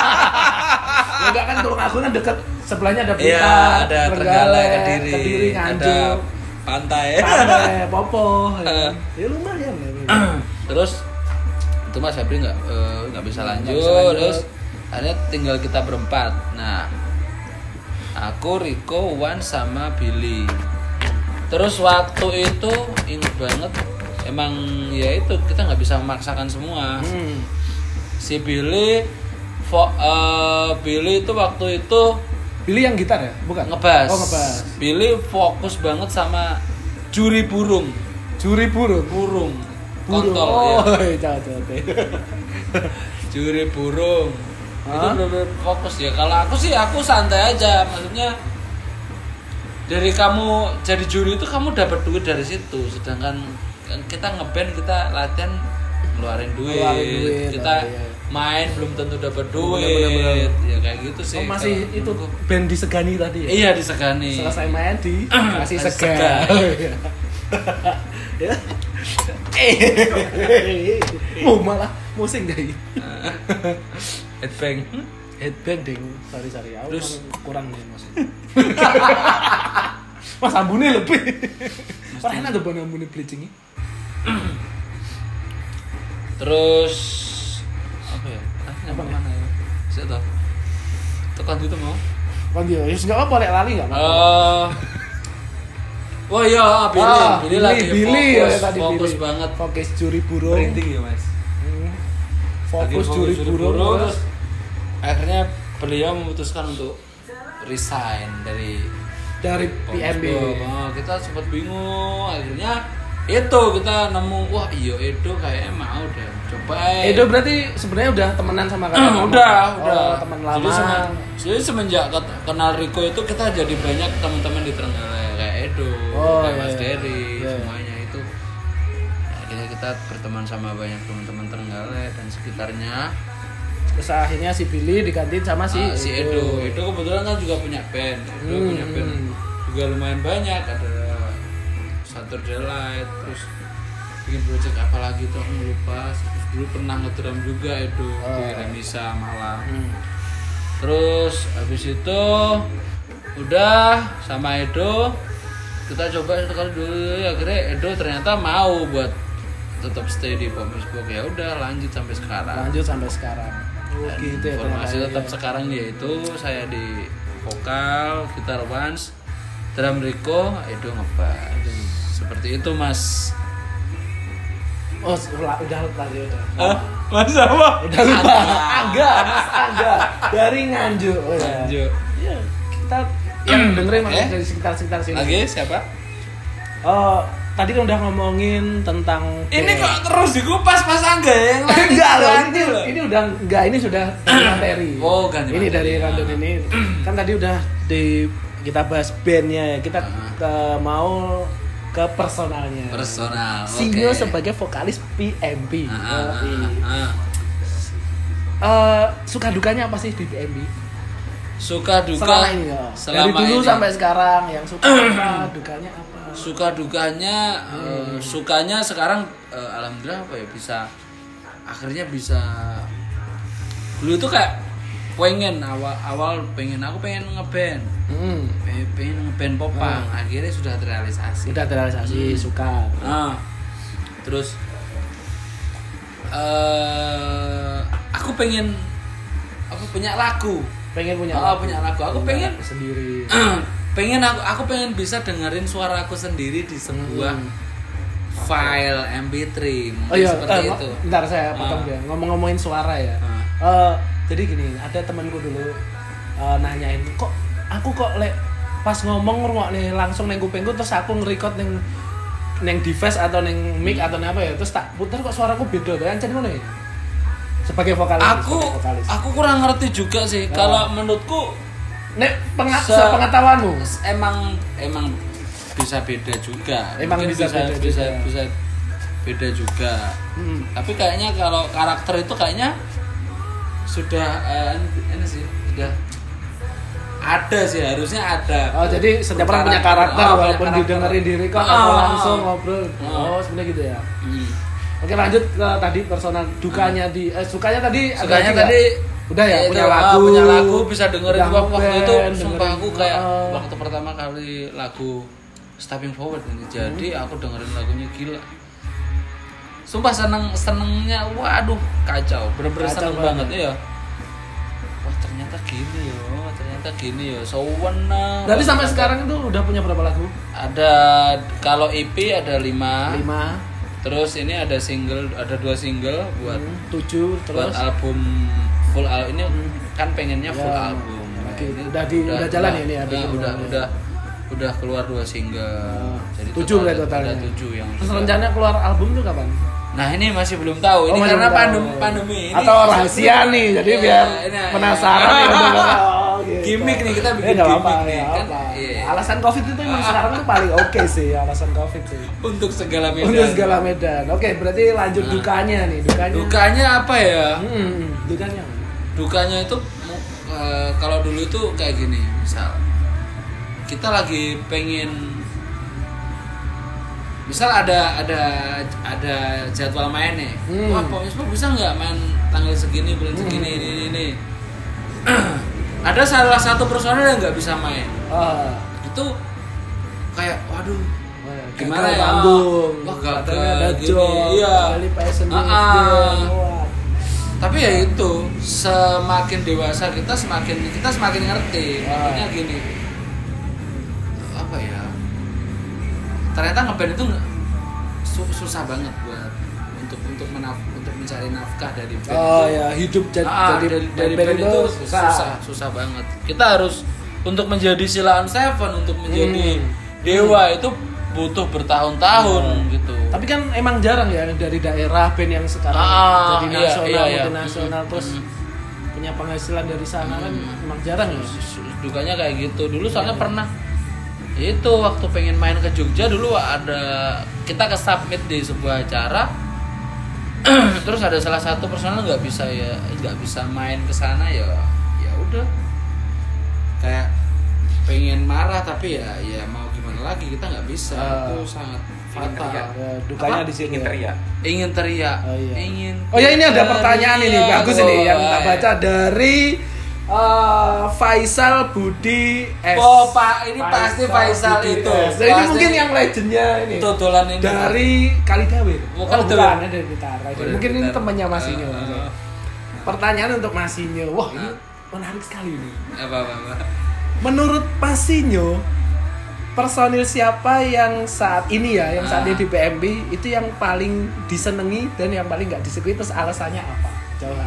Ya enggak kan Tulungagung kan dekat sebelahnya ada Iya, Blitar, ada Trenggalek, Trenggalek, Kediri, Kediri, ada Nganjuk, pantai. Pantai, Popo. Ya, Eh. ya lumayan ya. Terus itu Mas Febri nggak eh, nggak bisa lanjut, bisa lanjut. terus akhirnya tinggal kita berempat. Nah, aku, Rico, Wan sama Billy. Terus waktu itu ingat banget, emang ya itu kita nggak bisa memaksakan semua. Hmm. Si Billy, fo- eh, Billy itu waktu itu Billy yang gitar ya? Bukan? ngebas. Oh, ngebas. Billy fokus banget sama juri burung, Juri burung. burung, Burung. kontol, Oh, ya. jangan jangan. Juri burung. Itu Hah? bener-bener fokus ya. Kalau aku sih aku santai aja. Maksudnya dari kamu jadi juri itu kamu dapat duit dari situ. Sedangkan kita ngeband kita latihan ngeluarin duit. Ngeluarin duit, Kita oh, iya. main belum tentu dapat duit. Bener-bener. Ya kayak gitu sih. Oh, masih Kalau itu menurutku. band disegani tadi ya? Iya disegani. Selesai main di kasih Kasih segan. segan. Oh, iya. Ya. Eh, oh malah musing deh. Headbang. Headband ding. Sorry sorry. Aku Terus? emang kurang nih mas. Mas ambune lebih. Orang enak tuh bang ambune bleaching. Terus apa ya? Apa mana ya? Saya tahu. Tekan itu mau. Kan dia, ya nggak apa-apa, lek lali nggak apa-apa. Eh, Wah iya, Billy, Ah, Billy, lagi Billy fokus, ya tadi fokus Billy. banget. Fokus juri burung. Printing ya Mas. Hmm. Lagi Fokus juri burung. terus akhirnya beliau memutuskan untuk resign dari Dari P M B. Oh, kita sempat bingung, akhirnya itu kita nemu wah iya Edo kayaknya mau deh coba. Edo berarti sebenarnya udah temenan sama kalian? udah, Oh, udah. teman lama. Jadi, semen- jadi semenjak ket- kenal Rico itu kita jadi banyak teman-teman di Trenggalek kayak Edo, Oh, kayak iya, Mas iya. Dery, Iya. semuanya itu. Nah, akhirnya kita berteman sama banyak teman-teman Trenggalek dan sekitarnya. Terus akhirnya si Billy digantiin sama si Ah, si Edo, Edo kebetulan kan juga punya band, Edo Hmm, punya band hmm. juga lumayan banyak, ada Saturday Light, terus bikin project apa lagi tuh aku lupa. Terus dulu pernah ngedrum juga Edo Oh. di Renisa Malang. Hmm. Terus habis itu udah sama Edo kita coba sekali dulu, akhirnya Edo ternyata mau buat tetap stay di Pop Music ya udah lanjut sampai sekarang. Lanjut sampai sekarang. Oh, Dan gitu ya. formasi ternyata tetap ya. sekarang yaitu saya di vokal, gitar once, drum Rico, itu ngebass. Seperti itu Mas. Oh, udah udah tadi udah. Ah, Mas apa? Udah lupa. Angga, Mas Angga dari Nganjuk. Oh, ya. Lanjut. Iya, kita yang dengerin masih Eh? dari sekitar-sekitar sini. Lagi siapa? Oh, tadi kan udah ngomongin tentang Ini band. kok terus dikupas Mas Angga yang lain? enggak loh, ganti ini, loh. ini udah enggak, ini sudah dari materi. Oh, ganti Ini materi. dari random ini. Kan tadi udah di kita bahas bandnya ya. Kita Uh-huh. ke mau ke personalnya. Personal. Sinyo oke. sebagai vokalis P M P. Ah, ah, Oh, ah, iya. ah. Eh, suka dukanya apa sih di P M P? Suka duka Selama ini ya. selama Dari dulu ini. sampai sekarang yang suka apa, dukanya apa? Suka dukanya Hmm. eh, sukanya sekarang eh, alhamdulillah apa ya bisa akhirnya bisa dulu itu kayak pengen awal awal pengen aku pengen ngeband Hmm. pengen, pengen ngeband popang akhirnya sudah terrealisasi. Udah terrealisasi, suka. Nah, terus eh aku pengen aku punya lagu Pengen punya Oh, punya lagu. Aku pengen- lagu sendiri. pengen aku aku pengen bisa dengerin suara aku sendiri di sebuah Hmm. file M P tiga Oh iya, seperti eh, itu. bentar saya potong Ah. ya. Ngomong-ngomongin suara ya. Ah. Eh, jadi gini, ada temanku dulu eh, nanyain, kok aku kok lek pas ngomong ngrungokne langsung neng kupingku terus aku nge-record neng neng device atau neng mic atau neng apa ya, terus tak putar kok suaraku beda tuh. Ancen ngono ya. Sebagai vokalis. Aku sebagai vokalis. aku kurang ngerti juga sih. Ah. Kalau menurutku nek penga- Se- sepengetahuanmu. emang emang bisa beda juga. Emang Mungkin bisa beda bisa, juga. bisa beda juga. Hmm. Tapi kayaknya kalau karakter itu kayaknya sudah eh, ini sih sudah ada sih harusnya ada. Oh, jadi setiap orang punya karakter Oh, punya walaupun karakter. didengerin diri kok Oh, atau oh, langsung oh. ngobrol. Oh. Oh, sebenarnya gitu ya. Hmm. Oke, lanjut ke tadi personal dukanya di eh, sukanya tadi ada Sukanya lagi nggak? tadi udah ya Iya, punya ah, lagu punya lagu bisa dengerin udah waktu waktu itu ngeband, sumpah dengerin. aku kayak Oh. waktu pertama kali lagu Stepping Forward ini jadi Hmm. aku dengerin lagunya gila sumpah seneng senengnya waduh kacau bener-bener Kacau seneng banget. banget ya wah ternyata gini ya ternyata gini ya so wenang Berarti sampai sekarang itu udah punya berapa lagu? ada kalau E P ada lima, Lima, terus ini ada single ada dua single buat hmm, tujuh, buat terus album full al ini kan pengennya full Ya, album. Nah, oke. ini Udah di- udah jalan ya ini ya, udah, bikin udah, albumnya. udah udah keluar dua single. Oh, Jadi tujuh total berarti ada- totalnya. ada tujuh yang. terus sudah- rencana keluar album tuh kapan? Nah ini masih belum tahu. Ini Oh, masih karena belum pandem tahu. pandemi ini. Atau rahasia nih, jadi Iya, biar ini, penasaran iya. nih udah oh, gitu. Gimmick nih, kita bikin Eh, nggak gimmick apa-apa, nih, nggak kan? apa. Iya. Alasan covid itu emang sekarang tuh paling oke sih, alasan covid sih. Untuk segala medan. Untuk segala medan. Oke, berarti lanjut Nah. dukanya nih, dukanya. Dukanya apa ya? Hmm, dukanya. Dukanya itu eh, kalau dulu itu kayak gini, misal kita lagi pengen misal ada ada ada jadwal main nih, Hmm. wah Pak Misbah bisa nggak main tanggal segini bulan Hmm. segini ini ini, ini. Ada salah satu personel yang nggak bisa main, Ah, itu kayak waduh gimana gimana ya? Panggung. Wah, Katanya gagal ada gini, job, iya. kali passion Ah, band, ah. wah. Tapi ya itu semakin dewasa kita semakin kita semakin ngerti. Ah. Maksudnya gini, apa ya? Ternyata ngeband itu nggak- su- susah banget buat untuk untuk menaf untuk mencari nafkah dari band. Oh itu. ya, hidup jadi, Ah, jadi dari, dari band band itu susah. susah susah banget. Kita harus untuk menjadi Silaan Seven, untuk menjadi Hmm. dewa itu butuh bertahun-tahun Hmm. gitu. Tapi kan emang jarang ya dari daerah band yang sekarang Ah, jadi iya, nasional, iya, iya. multinasional, terus Mm. punya penghasilan dari sana kan emang jarang ya. Dukanya kayak gitu dulu soalnya pernah itu waktu pengen main ke Jogja dulu ada kita ke submit di sebuah acara terus ada salah satu personel nggak bisa ya nggak bisa main ke sana ya ya udah kayak pengen marah tapi ya ya mau gimana lagi kita nggak bisa Ah. itu sangat fatal teriak. Ya, dukanya Apa? di sini. Ingin ya. teriak. ingin teriak Oh, iya. ingin Oh ya, ini ada pertanyaan ini teriak, bagus ini yang boy. tak baca dari uh, Faisal Budi S. Oh Pak, ini pasti Faisal Budi itu. S. Nah, ini Pasti mungkin yang legendnya ini. Totolan ini. Dari Kalidawir. Oh, Oh, Kalidawir. bukan, ada dari Bitara. Oh, dari Mungkin ini Bitara. temannya Masinyo. Uh, Pertanyaan untuk Masinyo. Wah, ini Uh. menarik sekali ini. apa apa apa. Menurut Masinyo, personil siapa yang saat ini ya, yang saat Ah. ini di P M B itu yang paling disenangi dan yang paling nggak disukai, terus alasannya apa? Jawab.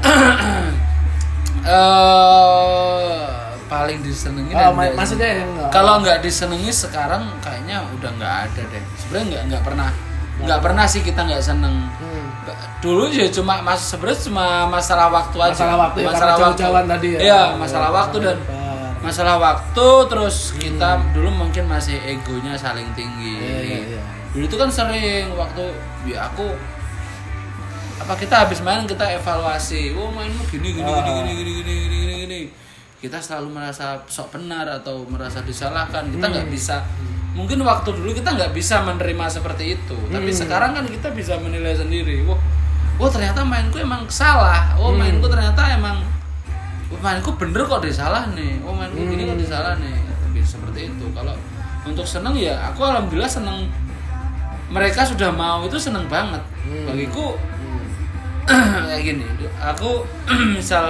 Eh paling disenengi Oh, dan ma- nggak- maksudnya yang kalau nggak disenengi sekarang kayaknya udah nggak ada deh. Sebenarnya nggak nggak pernah nggak pernah sih kita nggak seneng. Hmm. Dulu ya cuma mas sebenarnya cuma masalah waktu aja. Masalah waktu ya, karena jauh-jauhan tadi ya. Iya, masalah waktu dan Sabar. masalah waktu terus kita dulu mungkin masih egonya saling tinggi. Iya, iya, iya. Dulu itu kan sering waktu ya aku apa kita habis main kita evaluasi. Oh, mainmu gini gini Ah. gini gini gini gini gini gini gini. Kita selalu merasa sok benar atau merasa disalahkan. Kita nggak bisa mungkin waktu dulu kita nggak bisa menerima seperti itu. Tapi Hmm. sekarang kan kita bisa menilai sendiri. Wah, oh ternyata mainku emang salah. Oh, Hmm. mainku ternyata emang oh, mainku bener kok disalah nih. Oh, mainku gini kok disalah nih. Tapi seperti itu. Kalau untuk seneng ya aku alhamdulillah seneng mereka sudah mau itu seneng banget. Hmm. Bagiku Hmm. kayak gini. Aku misal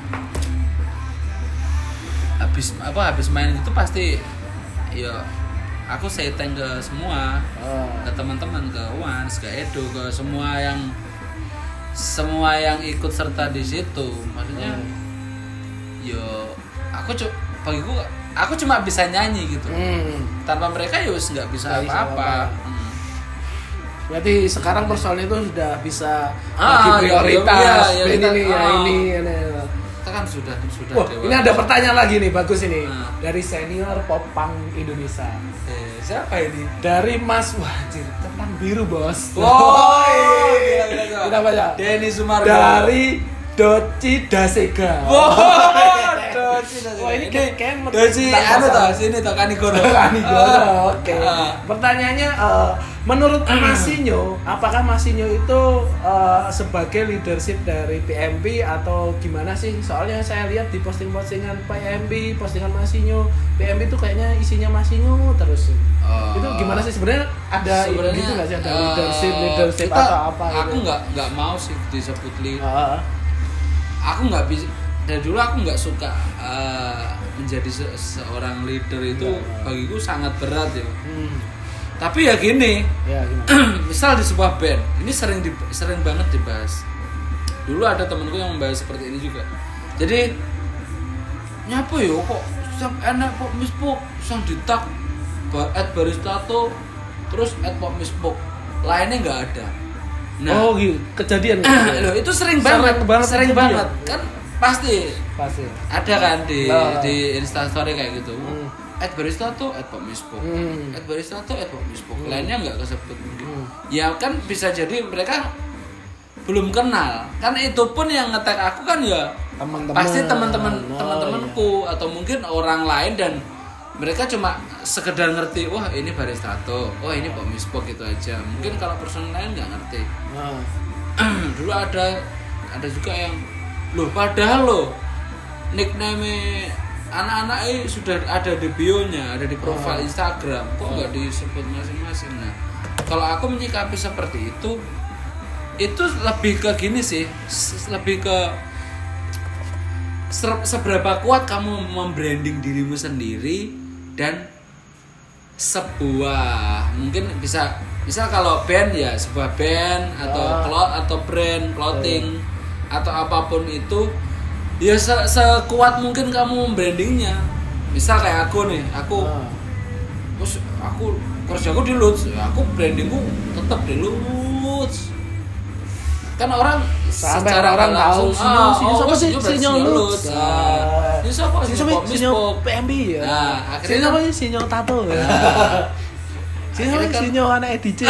habis apa habis main itu pasti ya aku say thank ke semua Ah. ke teman-teman, ke Wans, ke Edo, ke semua yang semua yang ikut serta di situ. Maksudnya yo aku cu bagiku aku cuma bisa nyanyi gitu. Hmm. Tanpa mereka ya wis nggak bisa Nggak bisa apa-apa. apa-apa. Hmm. Berarti sekarang personil itu sudah bisa Ah, bagi iya, prioritas. iya, iya, ini kita- nih, ya ah. ini, ini. Kita kan sudah sudah Wah, dewasa. ini ada pertanyaan lagi nih, bagus ini. Ah. Dari senior popang Indonesia. Eh, siapa ini? Dari Mas Wajir, tentang biru, Bos. Oh, iya. gila, gila, gila. Kita baca. Denny Sumargo. Dari Doci Dasega. Wow, Doci Dasega. Wah, ini kayak kayak Doci tentang anu masalah. toh, sini toh Kanigoro. Kanigoro, oke. Ah. Pertanyaannya, eh, menurut Masinyo, apakah Masinyo itu eh, sebagai leadership dari P M B atau gimana sih? Soalnya saya lihat di posting-postingan P M B, postingan Masinyo, P M B itu kayaknya isinya Masinyo terus. Oh. Itu gimana sih sebenarnya? Ada Sebenarnya, gitu nggak sih, ada eh, leadership, leadership kita- atau apa? Aku gitu? nggak nggak mau sih disebut lead. Ah, Aku nggak bisa. Dari dulu aku nggak suka eh, menjadi se- seorang leader itu Iya. bagiku sangat berat ya. hmm. Tapi ya gini, Ya gimana? misal di sebuah band, ini sering di, sering banget dibahas. Dulu ada temanku yang membahas seperti ini juga. Jadi nyapa yo kok setiap enak pop mispok sang ditak ba- at baristato terus at pop mispok lainnya nggak ada. Oh gitu, kejadian. Loh, itu sering banget, Sering banget sering kejadian. banget kan pasti Pasti. ada kan di Nah. di Instastory kayak gitu. Hmm. At baristato at pop mispok. Hmm. At baristato at pop mispok. Lainnya nggak kesebut mungkin. Hmm. Ya kan bisa jadi mereka belum kenal. Kan itu pun yang nge-tag aku kan ya Teman-teman. pasti teman-teman Oh, teman-temanku atau mungkin orang lain dan mereka cuma sekedar ngerti wah ini baristato, oh ini pop mispok gitu aja. Mungkin kalau personal lain nggak ngerti. iya. Nah. Dulu ada ada juga yang loh padahal loh nickname anak-anak ini sudah ada di bio-nya, ada di profil Oh. Instagram, kok nggak disebut masing-masing. Nah, kalau aku menyikapi seperti itu, itu lebih ke gini sih, s- lebih ke ser- seberapa kuat kamu membranding dirimu sendiri dan sebuah mungkin bisa misal kalau band ya sebuah band atau Ah. cloth atau brand clothing atau apapun itu ya se- sekuat mungkin kamu brandingnya. Misal kayak aku nih, aku Ah. terus aku kerjaku di Lutz, ya aku brandingku tetap di Lutz. Kan orang Sampai secara orang nggak tahu langsung, Sinyo, ah, Sinyo oh, siapa sih? Sinyo berarti Sinyo Sinyo Lutz. Lutz. Ah. Sinyo siapa? Sinyo Sinyo Pop Sinyo Mispok. P M B ya. Nah, akhirnya Sinyo kan- apa sih? Sinyo tato. Sinyo Akhirnya kan- Sinyo anak E D C.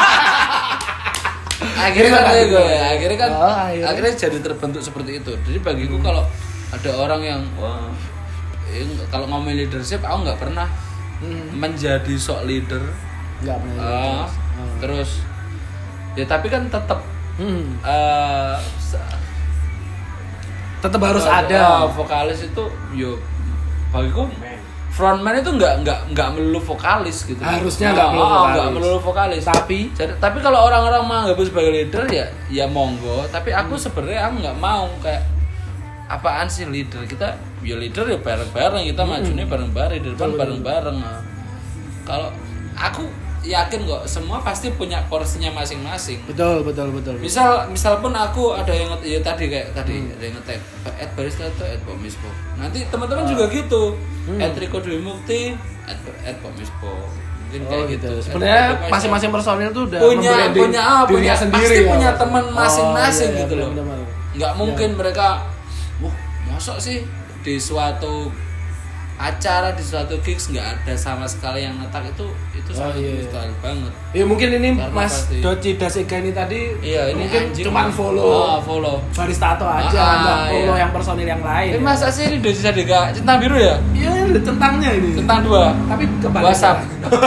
akhirnya kan kayak gue ya, akhirnya kan Oh, akhirnya. Hmm. akhirnya jadi terbentuk seperti itu. Jadi bagiku kalau ada orang yang wah eh, kalau ngomongin leadership aku nggak pernah Hmm. menjadi sok leader. Enggak pernah. Ah, terus ya tapi kan tetap Hmm. eh, se- Tetap harus Uh, ada. uh, vokalis itu yo bagiku frontman itu nggak nggak nggak melulu vokalis gitu. Harusnya nggak Oh, melulu oh, vokalis. nggak melulu vokalis. Tapi Jadi, tapi kalau orang-orang menganggap sebagai leader ya ya monggo. Tapi aku sebenarnya aku nggak mau kayak apaan sih leader, kita ya leader ya bareng-bareng, kita hmm. majunya bareng-bareng di depan bareng-bareng. Nah, kalau aku yakin kok semua pasti punya porsinya masing-masing. betul betul betul. Misal misal pun aku ada yang nge- ya tadi kayak tadi hmm. ada yang ngetek at barista atau at pomispo. Nanti teman-teman oh. juga gitu. Hmm. At Riko Dwi Mukti, at at pomispo. Mungkin oh, kayak gitu. gitu. Sebenarnya masing-masing personil tuh udah punya punya ah, punya sendiri pasti ya. punya teman masing-masing oh, iya, gitu iya, loh. bener-bener. Nggak mungkin ya. mereka wah, mosok sih di suatu acara di suatu gigs nggak ada sama sekali yang ngetak itu itu oh, sangat iya. mustahil banget. Ya mungkin ini Karena Mas pasti. Doci Dasega ini tadi Iya, ini mungkin anjing, cuman man. follow. Oh, follow. Barista atau aja, Ah, nggak follow iya. yang personil yang lain. Ini ya. masa sih ini Doci Sadega Centang Biru ya? Iya, ada centangnya ini. Centang dua. Tapi kebalik. WhatsApp.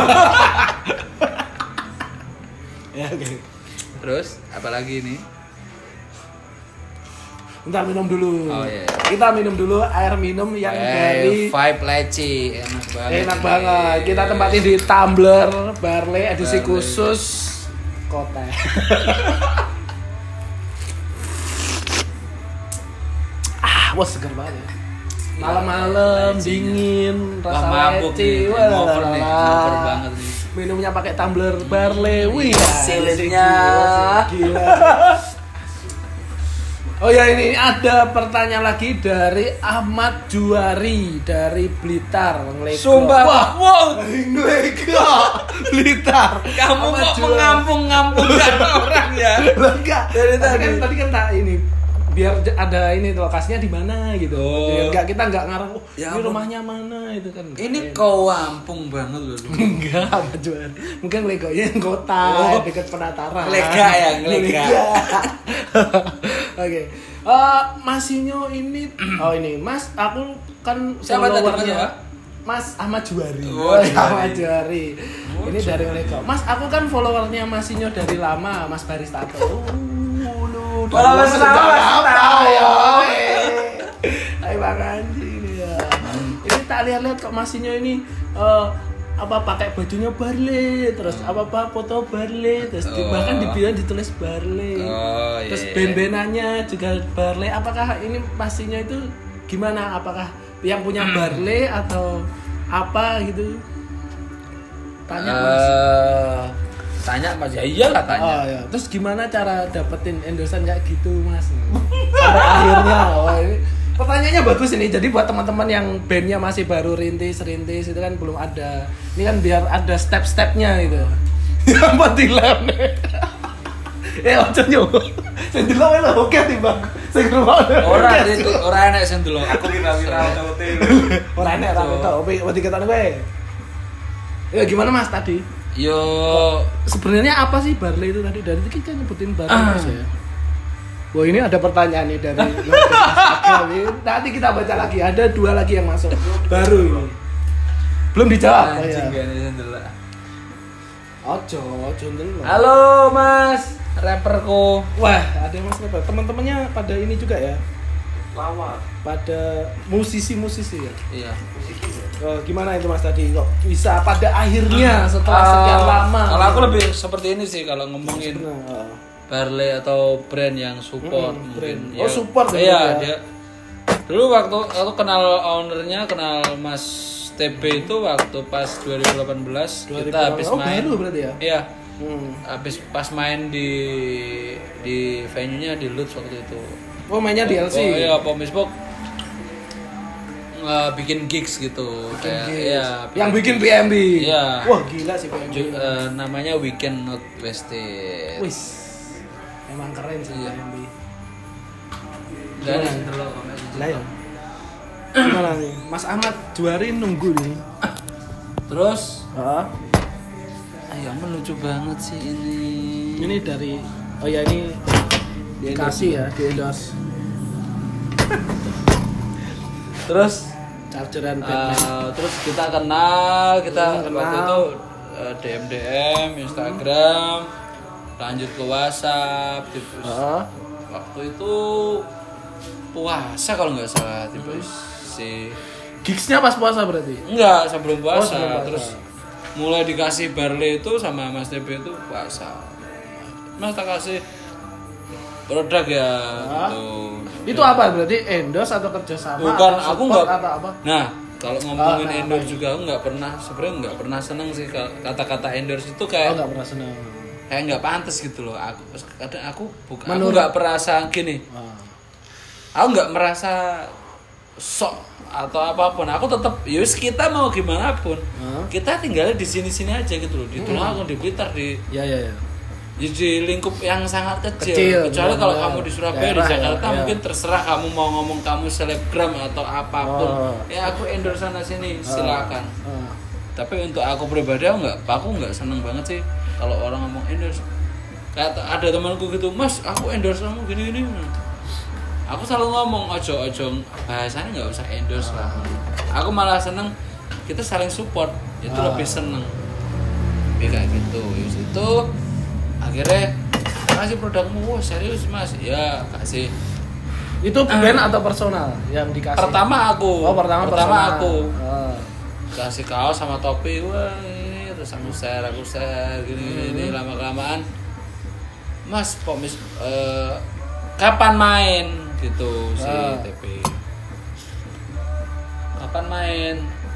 Ya, oke. Okay. Terus apalagi ini? Bentar minum dulu. Oh, iya. Kita minum dulu air minum yang Eh, dari Vibe Leci, enak banget. enak ini. banget. Kita tempatin di tumbler Barley edisi Barley. khusus kota. ah, wah segar banget ya. Malam-malam Leci. dingin, Wah, rasa mabuk leci. nih, Wah, ngover nih, lah. ngover banget nih. Minumnya pakai tumbler Barley. Wih, Silitnya. gila. Oh ya, ini ada pertanyaan lagi dari Ahmad Juari dari Blitar, Nglego. Sumpah. Wah, Wow. Nglego. Blitar. Kamu Ahmad kok Juari. mengampung-ngampungkan orang ya? Lah, enggak. Dari Tadi tadi. kan tadi kan tak ini biar j- ada ini lokasinya di mana gitu. Oh. Jadi enggak kita enggak ngarang oh, Ya ini ampun. rumahnya mana itu kan. Enggak. Ini kau ampung banget loh. Enggak, Ahmad Juari. Mungkin Nglegonya yang kota, Oh. dekat Penataran. Nglega ya, Nglega. Oke. Eh, Masinyo ini oh ini Mas, aku kan Siapa tadi, followernya Mas, Mas Ahmad Juari. Oh, Juari. Ahmad Juari. Oh, ini dari Lego. Mas, aku kan followernya Masinyo dari lama, Mas Baristato. Oh, lu. Follower pertama, Mas Baristato. Ayo Bang Anji ini ya. Ini tak lihat-lihat kok Masinyo ini eh apa pakai bajunya Barley, terus apa apa foto Barley, terus di, Oh. bahkan di bio ditulis Barley. Oh, Terus iya. band-bandannya juga Barley. Apakah ini pastinya itu gimana? Apakah yang punya Barley atau apa gitu? Tanya Mas. Eh, tanya Mas. Ya iyalah tanya. Oh ya. Terus gimana cara dapetin endorsean kayak gitu, Mas? Sampai akhirnya. Oh, ini pertanyaannya bagus ini. Jadi buat teman-teman yang bandnya masih baru rintis-rintis itu kan belum ada. Ini kan biar ada step-stepnya gitu. Apa dilem? Eh, ojo nyoba. Sing delok lho oke timbang. Sing ngrungokne. Ora itu, ora enak sing delok. Aku kira-kira hotel. Ora enak ra ketok. Opo wedi ketokne kowe? Ya gimana Mas tadi? Yo Sebenarnya apa sih Barley itu tadi? Dari tadi kita nyebutin Barley Ah. Mas ya. Wah, ini ada pertanyaan nih dari Instagram. Nanti kita baca lagi. Ada dua lagi yang masuk. Baru ini. Belum dijawab. Oh, anjing ya. gak sing delok. Ojo, ojo ndelok. Halo Mas, rapperku. Wah, ada Mas Lebar. Teman-temannya pada ini juga ya. Lawak. Pada musisi-musisi ya. Iya. Oh, gimana itu Mas tadi kok bisa pada akhirnya setelah sekian Ah, lama? Kalau aku lebih seperti ini sih kalau ngomongin Nah, Barley atau brand yang support Mm, mungkin. brand. Oh, support gitu Iya, ya. dia. Dulu waktu aku kenal ownernya, kenal Mas T B itu waktu pas dua ribu delapan belas kita habis oh, main. baru berarti ya? Iya. Hmm. Habis pas main di di venue-nya di Lutz waktu itu. Oh, mainnya di L C. Oh iya, Pomisbok nggak bikin gigs gitu. Kayak Gigs. iya, Yang bikin P M B. Iya. Wah, gila sih P M B. Ju- eh, namanya Weekend Not Wasted. Wis. Emang keren sih Iya. P M B. Gak ada Gimana? sih dulu komen. Lah ya. Gimana nih? Mas Ahmad Juari nunggu nih. Terus, Heeh. ayam lucu banget sih ini. Ini dari oh ya ini dikasih ya, di endorse. Terus, Chargeran eh, Batman. terus kita kenal, kita Hmm, kenal. waktu itu eh, D M D M, Instagram, lanjut ke WhatsApp. Terus Heeh. waktu itu puasa kalau nggak salah tiba si Gigsnya pas puasa berarti? enggak sebelum puasa, Oh, sebelum puasa. terus mulai dikasih barley itu sama Mas T B itu puasa. Mas tak kasih produk ya Hah? gitu. Itu apa berarti endorse atau kerjasama? Bukan, atau aku support nggak. atau apa? Nah, kalau ngomongin Ah, nah, endorse apa? juga aku nggak pernah, sebenarnya nggak pernah seneng sih ka- kata-kata endorse itu Oh kayak nggak pernah senang. kayak nggak pantas gitu loh. Aku kadang aku bukan, aku Menurut- nggak merasa gini. Ah. Aku nggak merasa sok atau apapun. Aku tetap, yus kita mau gimana pun, Hah? kita tinggalnya di sini-sini aja gitu loh. Di Tulungagung, di Blitar, di Ya ya ya. di lingkup yang sangat kecil. Kecil, Kecuali kalau benar. kamu di Surabaya, Daerah, di Jakarta ya, ya. mungkin terserah kamu mau ngomong kamu selebgram atau apapun. Oh. Ya aku endorse sana sini, silakan. Ah. Tapi untuk aku pribadi aku nggak, aku nggak seneng banget sih kalau orang ngomong endorse. Kayak t- ada temanku gitu, Mas, aku endorse kamu gini-gini. Aku selalu ngomong ojo-ojo bahasanya nggak usah endorse lah. Aku malah seneng kita saling support, itu Ah. lebih seneng. Ya kayak gitu, Yus itu akhirnya kasih produkmu, wah serius Mas, ya kasih. Itu band atau personal yang dikasih? Pertama aku, Oh pertama pertama personal. aku Ah. kasih kaos sama topi, wah ini terus aku share, aku share gini gini, Hmm. gini lama kelamaan, Mas pomis eh, kapan main gitu si Ah. T P, kapan main?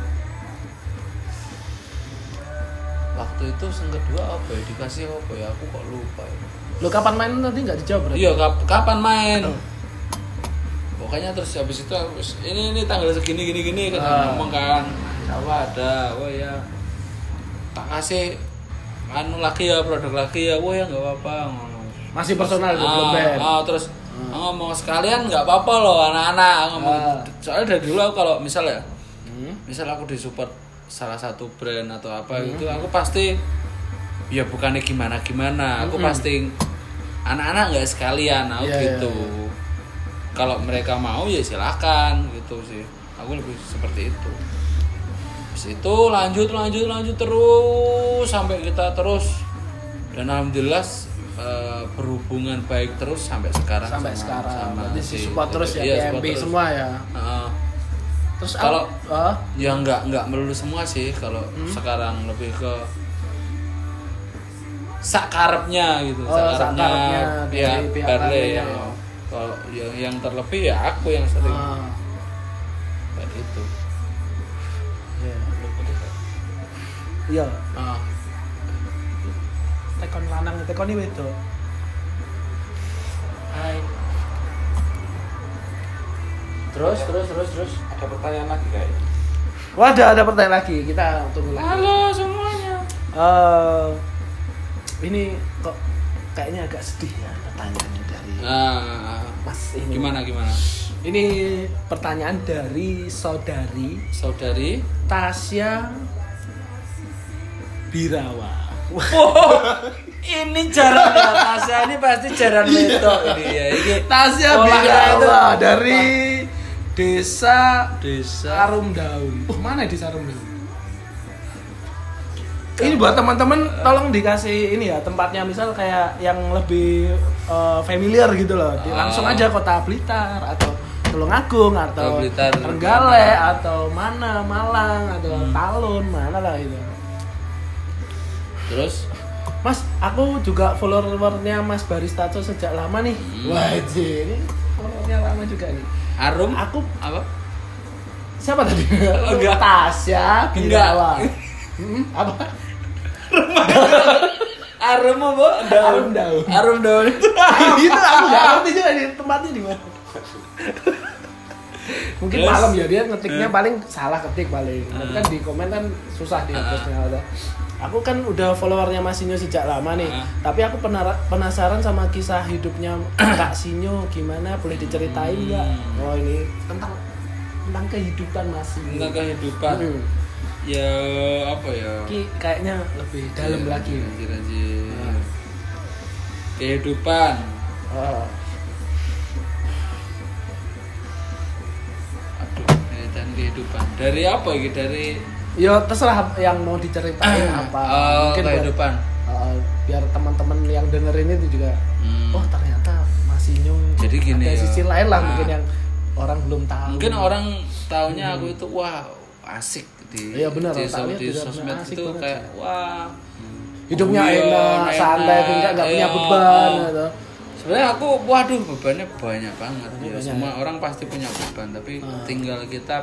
Waktu itu yang kedua apa ya, dikasih apa ya, aku kok lupa ya. Lo kapan main nanti nggak dijawab berarti? Iya, kap- kapan main? Pokoknya terus habis itu aku, ini ini tanggal segini gini gini kan Ah. ngomong kan. Apa ada? Oh ya. Tak kasih anu lagi ya, produk lagi ya. Wah ya enggak apa-apa ngomong. Masih personal tuh, belum band. Ah, terus ngomong sekalian nggak apa-apa loh anak-anak ngomong. Ah. Soalnya dari dulu aku kalau misal ya, Hmm. misal aku disupport salah satu brand atau apa gitu, aku pasti ya bukannya gimana gimana, aku Mm-mm. pasti anak-anak nggak sekalian, aku Iya, gitu. iya, iya. Kalau mereka mau ya silakan gitu sih, aku lebih seperti itu. Terus itu lanjut lanjut lanjut terus sampai kita terus, dan alhamdulillah eh, berhubungan baik terus sampai sekarang. Sampai sama- sekarang. sama Berarti si support terus ya, iya, P M support P terus. semua ya. Heeh. Terus Kalau aku- ah, ya nggak nggak melulu semua sih, kalau Hmm. sekarang lebih ke sakarepnya gitu, Oh, sakarepnya dari ya pihak Barley lainnya yang ya. kalau yang yang terlebih ya aku yang sering ah. kayak itu. Iya. Iya. Ah, Tekon lanang, tekon ini wedo. hai. Terus terus terus terus. Ada pertanyaan lagi kayaknya. Wah, ada ada pertanyaan lagi. Kita tunggu lagi. Halo semuanya. Eh, ini kok kayaknya agak sedih ya pertanyaannya dari Nah, Mas ini. gimana gimana? Ini pertanyaan dari saudari Saudari. Tasya Birawa. Oh, ini jaran ya, Tasya ini pasti jaran wedok ini ya. Ini Tasya olahraga Birawa itu. dari Desa Desa. Arum Daun. Oh, mana Desa Arum Daun? Ini buat teman-teman tolong dikasih ini ya tempatnya, misal kayak yang lebih eh, familiar gitu loh. Di- Ah. Langsung aja Kota Blitar atau Tulungagung atau Kota Blitar. Trenggalek atau mana Malang atau Hmm. Talun mana lah itu. Terus Mas, aku juga followernya Mas Baristaco sejak lama nih. Hmm. Wajib, ini followernya lama juga nih. Arum Aku apa? siapa tadi? Oh, enggak. Tasya Birawa. Enggak. Hmm, apa? Arum apa? Arum daun. Arum daun. Gitu aku nggak ngerti juga di tempatnya di mana. Mungkin Terus? malam ya, dia ngetiknya Eh. paling salah ketik paling. Tapi kan di komen kan susah dihapusnya. Ada. Aku kan udah followernya Mas Sinyo sejak lama nih. Ah. Tapi aku penara- penasaran sama kisah hidupnya Kak Sinyo gimana, boleh diceritain nggak? Hmm. Oh ini tentang tentang kehidupan Mas Sinyo. Tentang kehidupan. Hmm. Ya apa ya? Ki kayaknya lebih dalam Ya, lagi. Anjir, anjir. Nah. Kehidupan. Oh. Aduh, dan kehidupan. Dari apa gitu? Dari Ya terserah yang mau diceritain apa. oh, Mungkin buat- kehidupan. Uh, biar teman-teman yang dengerin itu juga Hmm. oh ternyata Mas Sinyo Jadi gini ada ya. sisi lain lah Nah, mungkin yang orang belum tahu. mungkin orang taunya aku itu wah asik di Iya, benar, di, tak lihat di juga sosmed asik itu banget kayak wah hidupnya guyon, enak, santai, enggak enggak punya iya, beban oh. gitu. Sebenarnya aku waduh bebannya banyak banget ya. Banyak. Semua orang pasti punya beban tapi Hmm. tinggal kita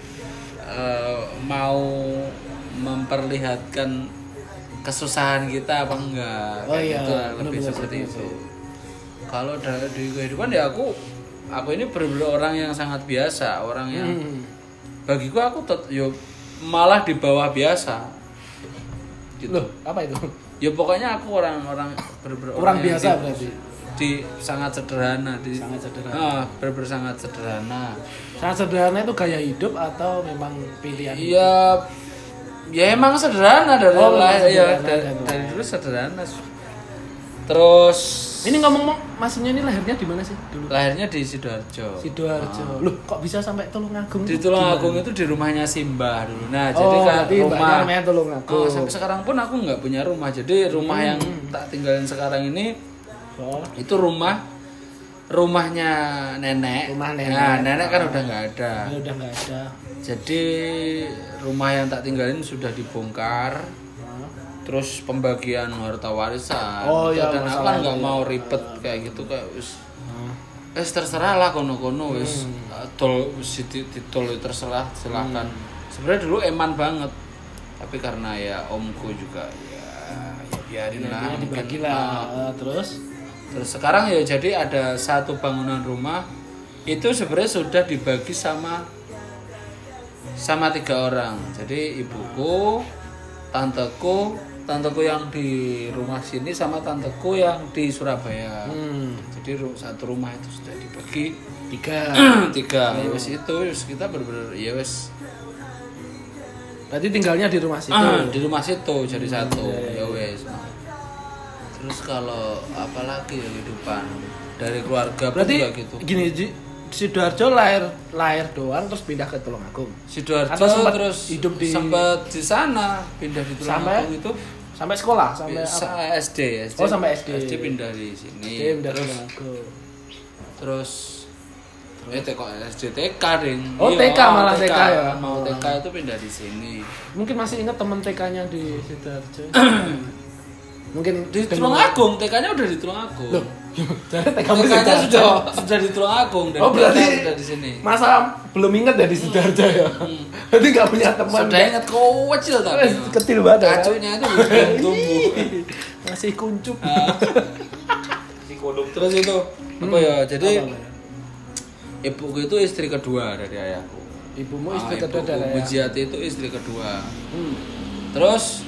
eh, mau memperlihatkan kesusahan kita apa enggak. Oh Kayak iya, gitu lah, lebih benar-benar seperti seperti itu. Kalau dari di kehidupan ya aku aku ini benar-benar orang yang sangat biasa, orang yang Hmm. bagiku aku tet, yo malah di bawah biasa. Gitu. Loh, apa itu? Ya pokoknya aku orang-orang bener-bener Orang yang biasa di- berarti. di sangat sederhana di Sangat sederhana. ah, bener-bener sangat sederhana. Sangat sederhana itu gaya hidup atau memang pilihan? Iya ya emang sederhana dari Oh, memang lahir ya sederhana, dari, kan. dari dulu sederhana. Terus Ini ngomong-ngomong, masnya ini lahirnya di mana sih dulu? lahirnya di Sidoarjo. Sidoarjo. Loh, kok bisa sampai Tulungagung? Di Tulungagung itu di rumahnya Simbah dulu. Nah, Oh, jadi kan berarti mbaknya rumah namanya Tulungagung. Oh, sampai sekarang pun aku nggak punya rumah. Jadi rumah yang tak tinggalin sekarang ini Oh, itu rumah rumahnya nenek. Rumah nenek. Nah, nenek kan udah nggak ada. ini udah nggak ada. Jadi rumah yang tak tinggalin sudah dibongkar. Terus pembagian harta warisan. Oh, Gitu. ya, Dan aku masalah kan nggak itu, mau ya. ribet kayak gitu kayak wis. Wis terserah lah kono-kono wis. Tol wis di- ditol terserah silahkan. Sebenarnya dulu eman banget. Tapi karena ya omku juga ya ya biarin lah. Intinya mungkin. dibagi lah. Ah. Eh, terus Terus sekarang ya jadi ada satu bangunan rumah itu sebenarnya sudah dibagi sama sama tiga orang. Jadi ibuku, tanteku, tanteku yang di rumah sini sama tanteku yang di Surabaya. hmm, Jadi ru- satu rumah itu sudah dibagi tiga. tiga. Ya wes itu wes kita bener-bener ya wes Berarti tinggalnya di rumah situ. ah, di rumah situ jadi satu. Ya wes. Terus kalau apalagi ya kehidupan dari keluarga pun Berarti juga gitu. gini, Ji, Sidoarjo lahir lahir doang terus pindah ke Tulungagung. Sidoarjo Atau sempat terus hidup di- sempat di sana pindah di Sampai- Tulungagung itu Sampai sekolah, sampai Sa- apa? S D, S D Oh, sampai S D. S D pindah di sini Dia pindah ke terus Tulungagung. terus eh T K S D T K ding Oh, Iya, T K malah T K ya? mau Oh. T K itu pindah di sini Mungkin masih ingat teman T K-nya di Sidoarjo. Mungkin di Tulungagung T K-nya udah di Tulungagung Loh, jadi T K T K-nya Sidoarjo. sudah sudah di Tulungagung dan Oh, berarti T K sudah di sini Masa belum ingat ya di Sidoarjo ya? Berarti nggak punya teman. sudah ingat kau kecil tapi Eh, kecil banget ya? kacunya itu belum tumbuh Masih kuncup. Si kodok terus itu apa ya jadi Apa, Pak? ibuku itu istri kedua dari ayahku. Ibumu Ah, istri kedua ibuku, dari ayah. Mujiati itu istri kedua. Hmm. Terus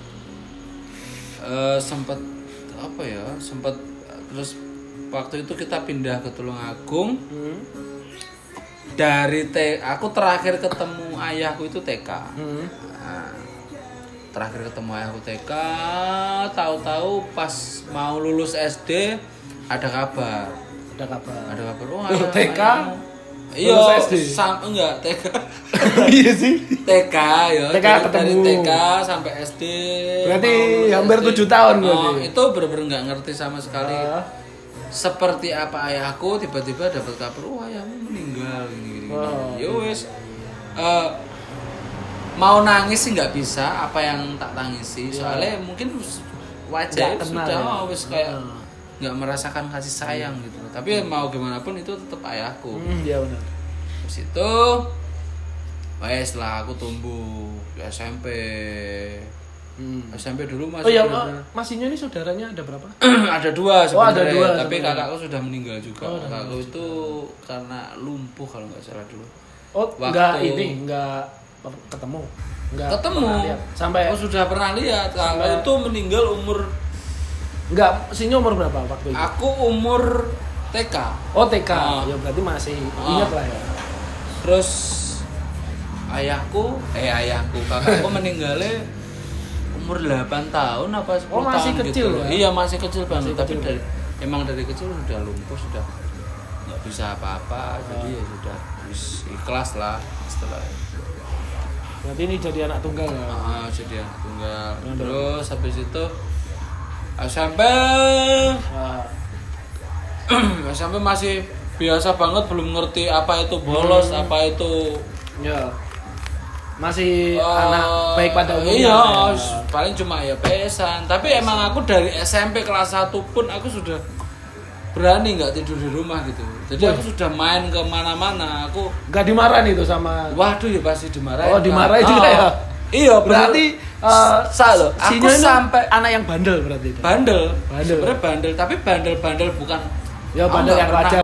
eh sempat apa ya? Sempat terus waktu itu kita pindah ke Tulungagung. Hmm. Dari T aku terakhir ketemu ayahku itu T K. Hmm. Nah, terakhir ketemu ayahku T K, tahu-tahu pas mau lulus S D ada kabar. Ada kabar. Ada kabar oh, Loh, ayah- T K? ayahmu. Iya, Lulus S D? sam enggak T K. Iya sih. T K ya. T K dari, ketemu. dari T K sampai S D. Berarti mau lulus hampir S D. tujuh tahun Oh, berarti. itu bener-bener nggak ngerti sama sekali. Ah. Seperti apa ayahku tiba-tiba dapat kabar, "Oh, ayahmu meninggal." gini gini. Oh. Ya wes. Eh, mau nangis sih nggak bisa, apa yang tak tangisi. Soalnya mungkin wajahnya Nggak kenal sudah ya? oh, wes kayak Ah. nggak merasakan kasih sayang gitu. Tapi mau gimana pun itu tetap ayahku. Hmm, iya benar. Terus itu wes lah aku tumbuh di S M P. Hmm. S M P dulu masih Oh ya, bener-bener- Masinya ini saudaranya ada berapa? ada dua Oh, ada sebenarnya, dua tapi sebenarnya. kakakku sudah meninggal juga. Oh, udah kakakku itu karena lumpuh kalau nggak salah dulu. Oh, Waktu- enggak ini, enggak per- ketemu. Enggak Ketemu. pernah lihat. Sampai Aku sudah pernah lihat. Kakak Sampai- itu meninggal umur enggak, Sinyo umur berapa waktu itu? aku umur T K. Oh, T K. Ah. Ya berarti masih Ah. ingat lah ya. Terus ayahku, eh ayahku, kakakku meninggalnya umur delapan tahun apa sepuluh Oh, masih tahun kecil gitu. ya? Iya, masih kecil banget. Masih Tapi kecil. dari emang dari kecil sudah lumpuh, sudah nggak bisa apa-apa. Jadi ya sudah wis ikhlas lah setelah Berarti ini jadi anak tunggal ya. ah, jadi anak tunggal. Benar. Terus habis itu sampai Wah, S M P masih biasa banget, belum ngerti apa itu bolos, Hmm. apa itu Ya. Masih eh, anak baik pada umumnya. iya, Ya. paling cuma ya pesan. Tapi emang aku dari S M P kelas satu pun aku sudah berani nggak tidur di rumah gitu. Jadi Wah. aku sudah main ke mana-mana. Aku Gak dimarahin itu sama. waduh ya pasti dimarahin. Oh, dimarahin Kak. juga Oh. ya? Iya, Berarti eh, sa loh. Aku Sinyo ini sampai anak yang bandel berarti itu. bandel. Bandel. Sebenarnya bandel, tapi bandel-bandel bukan Ya bandel aku nggak yang pernah wajar.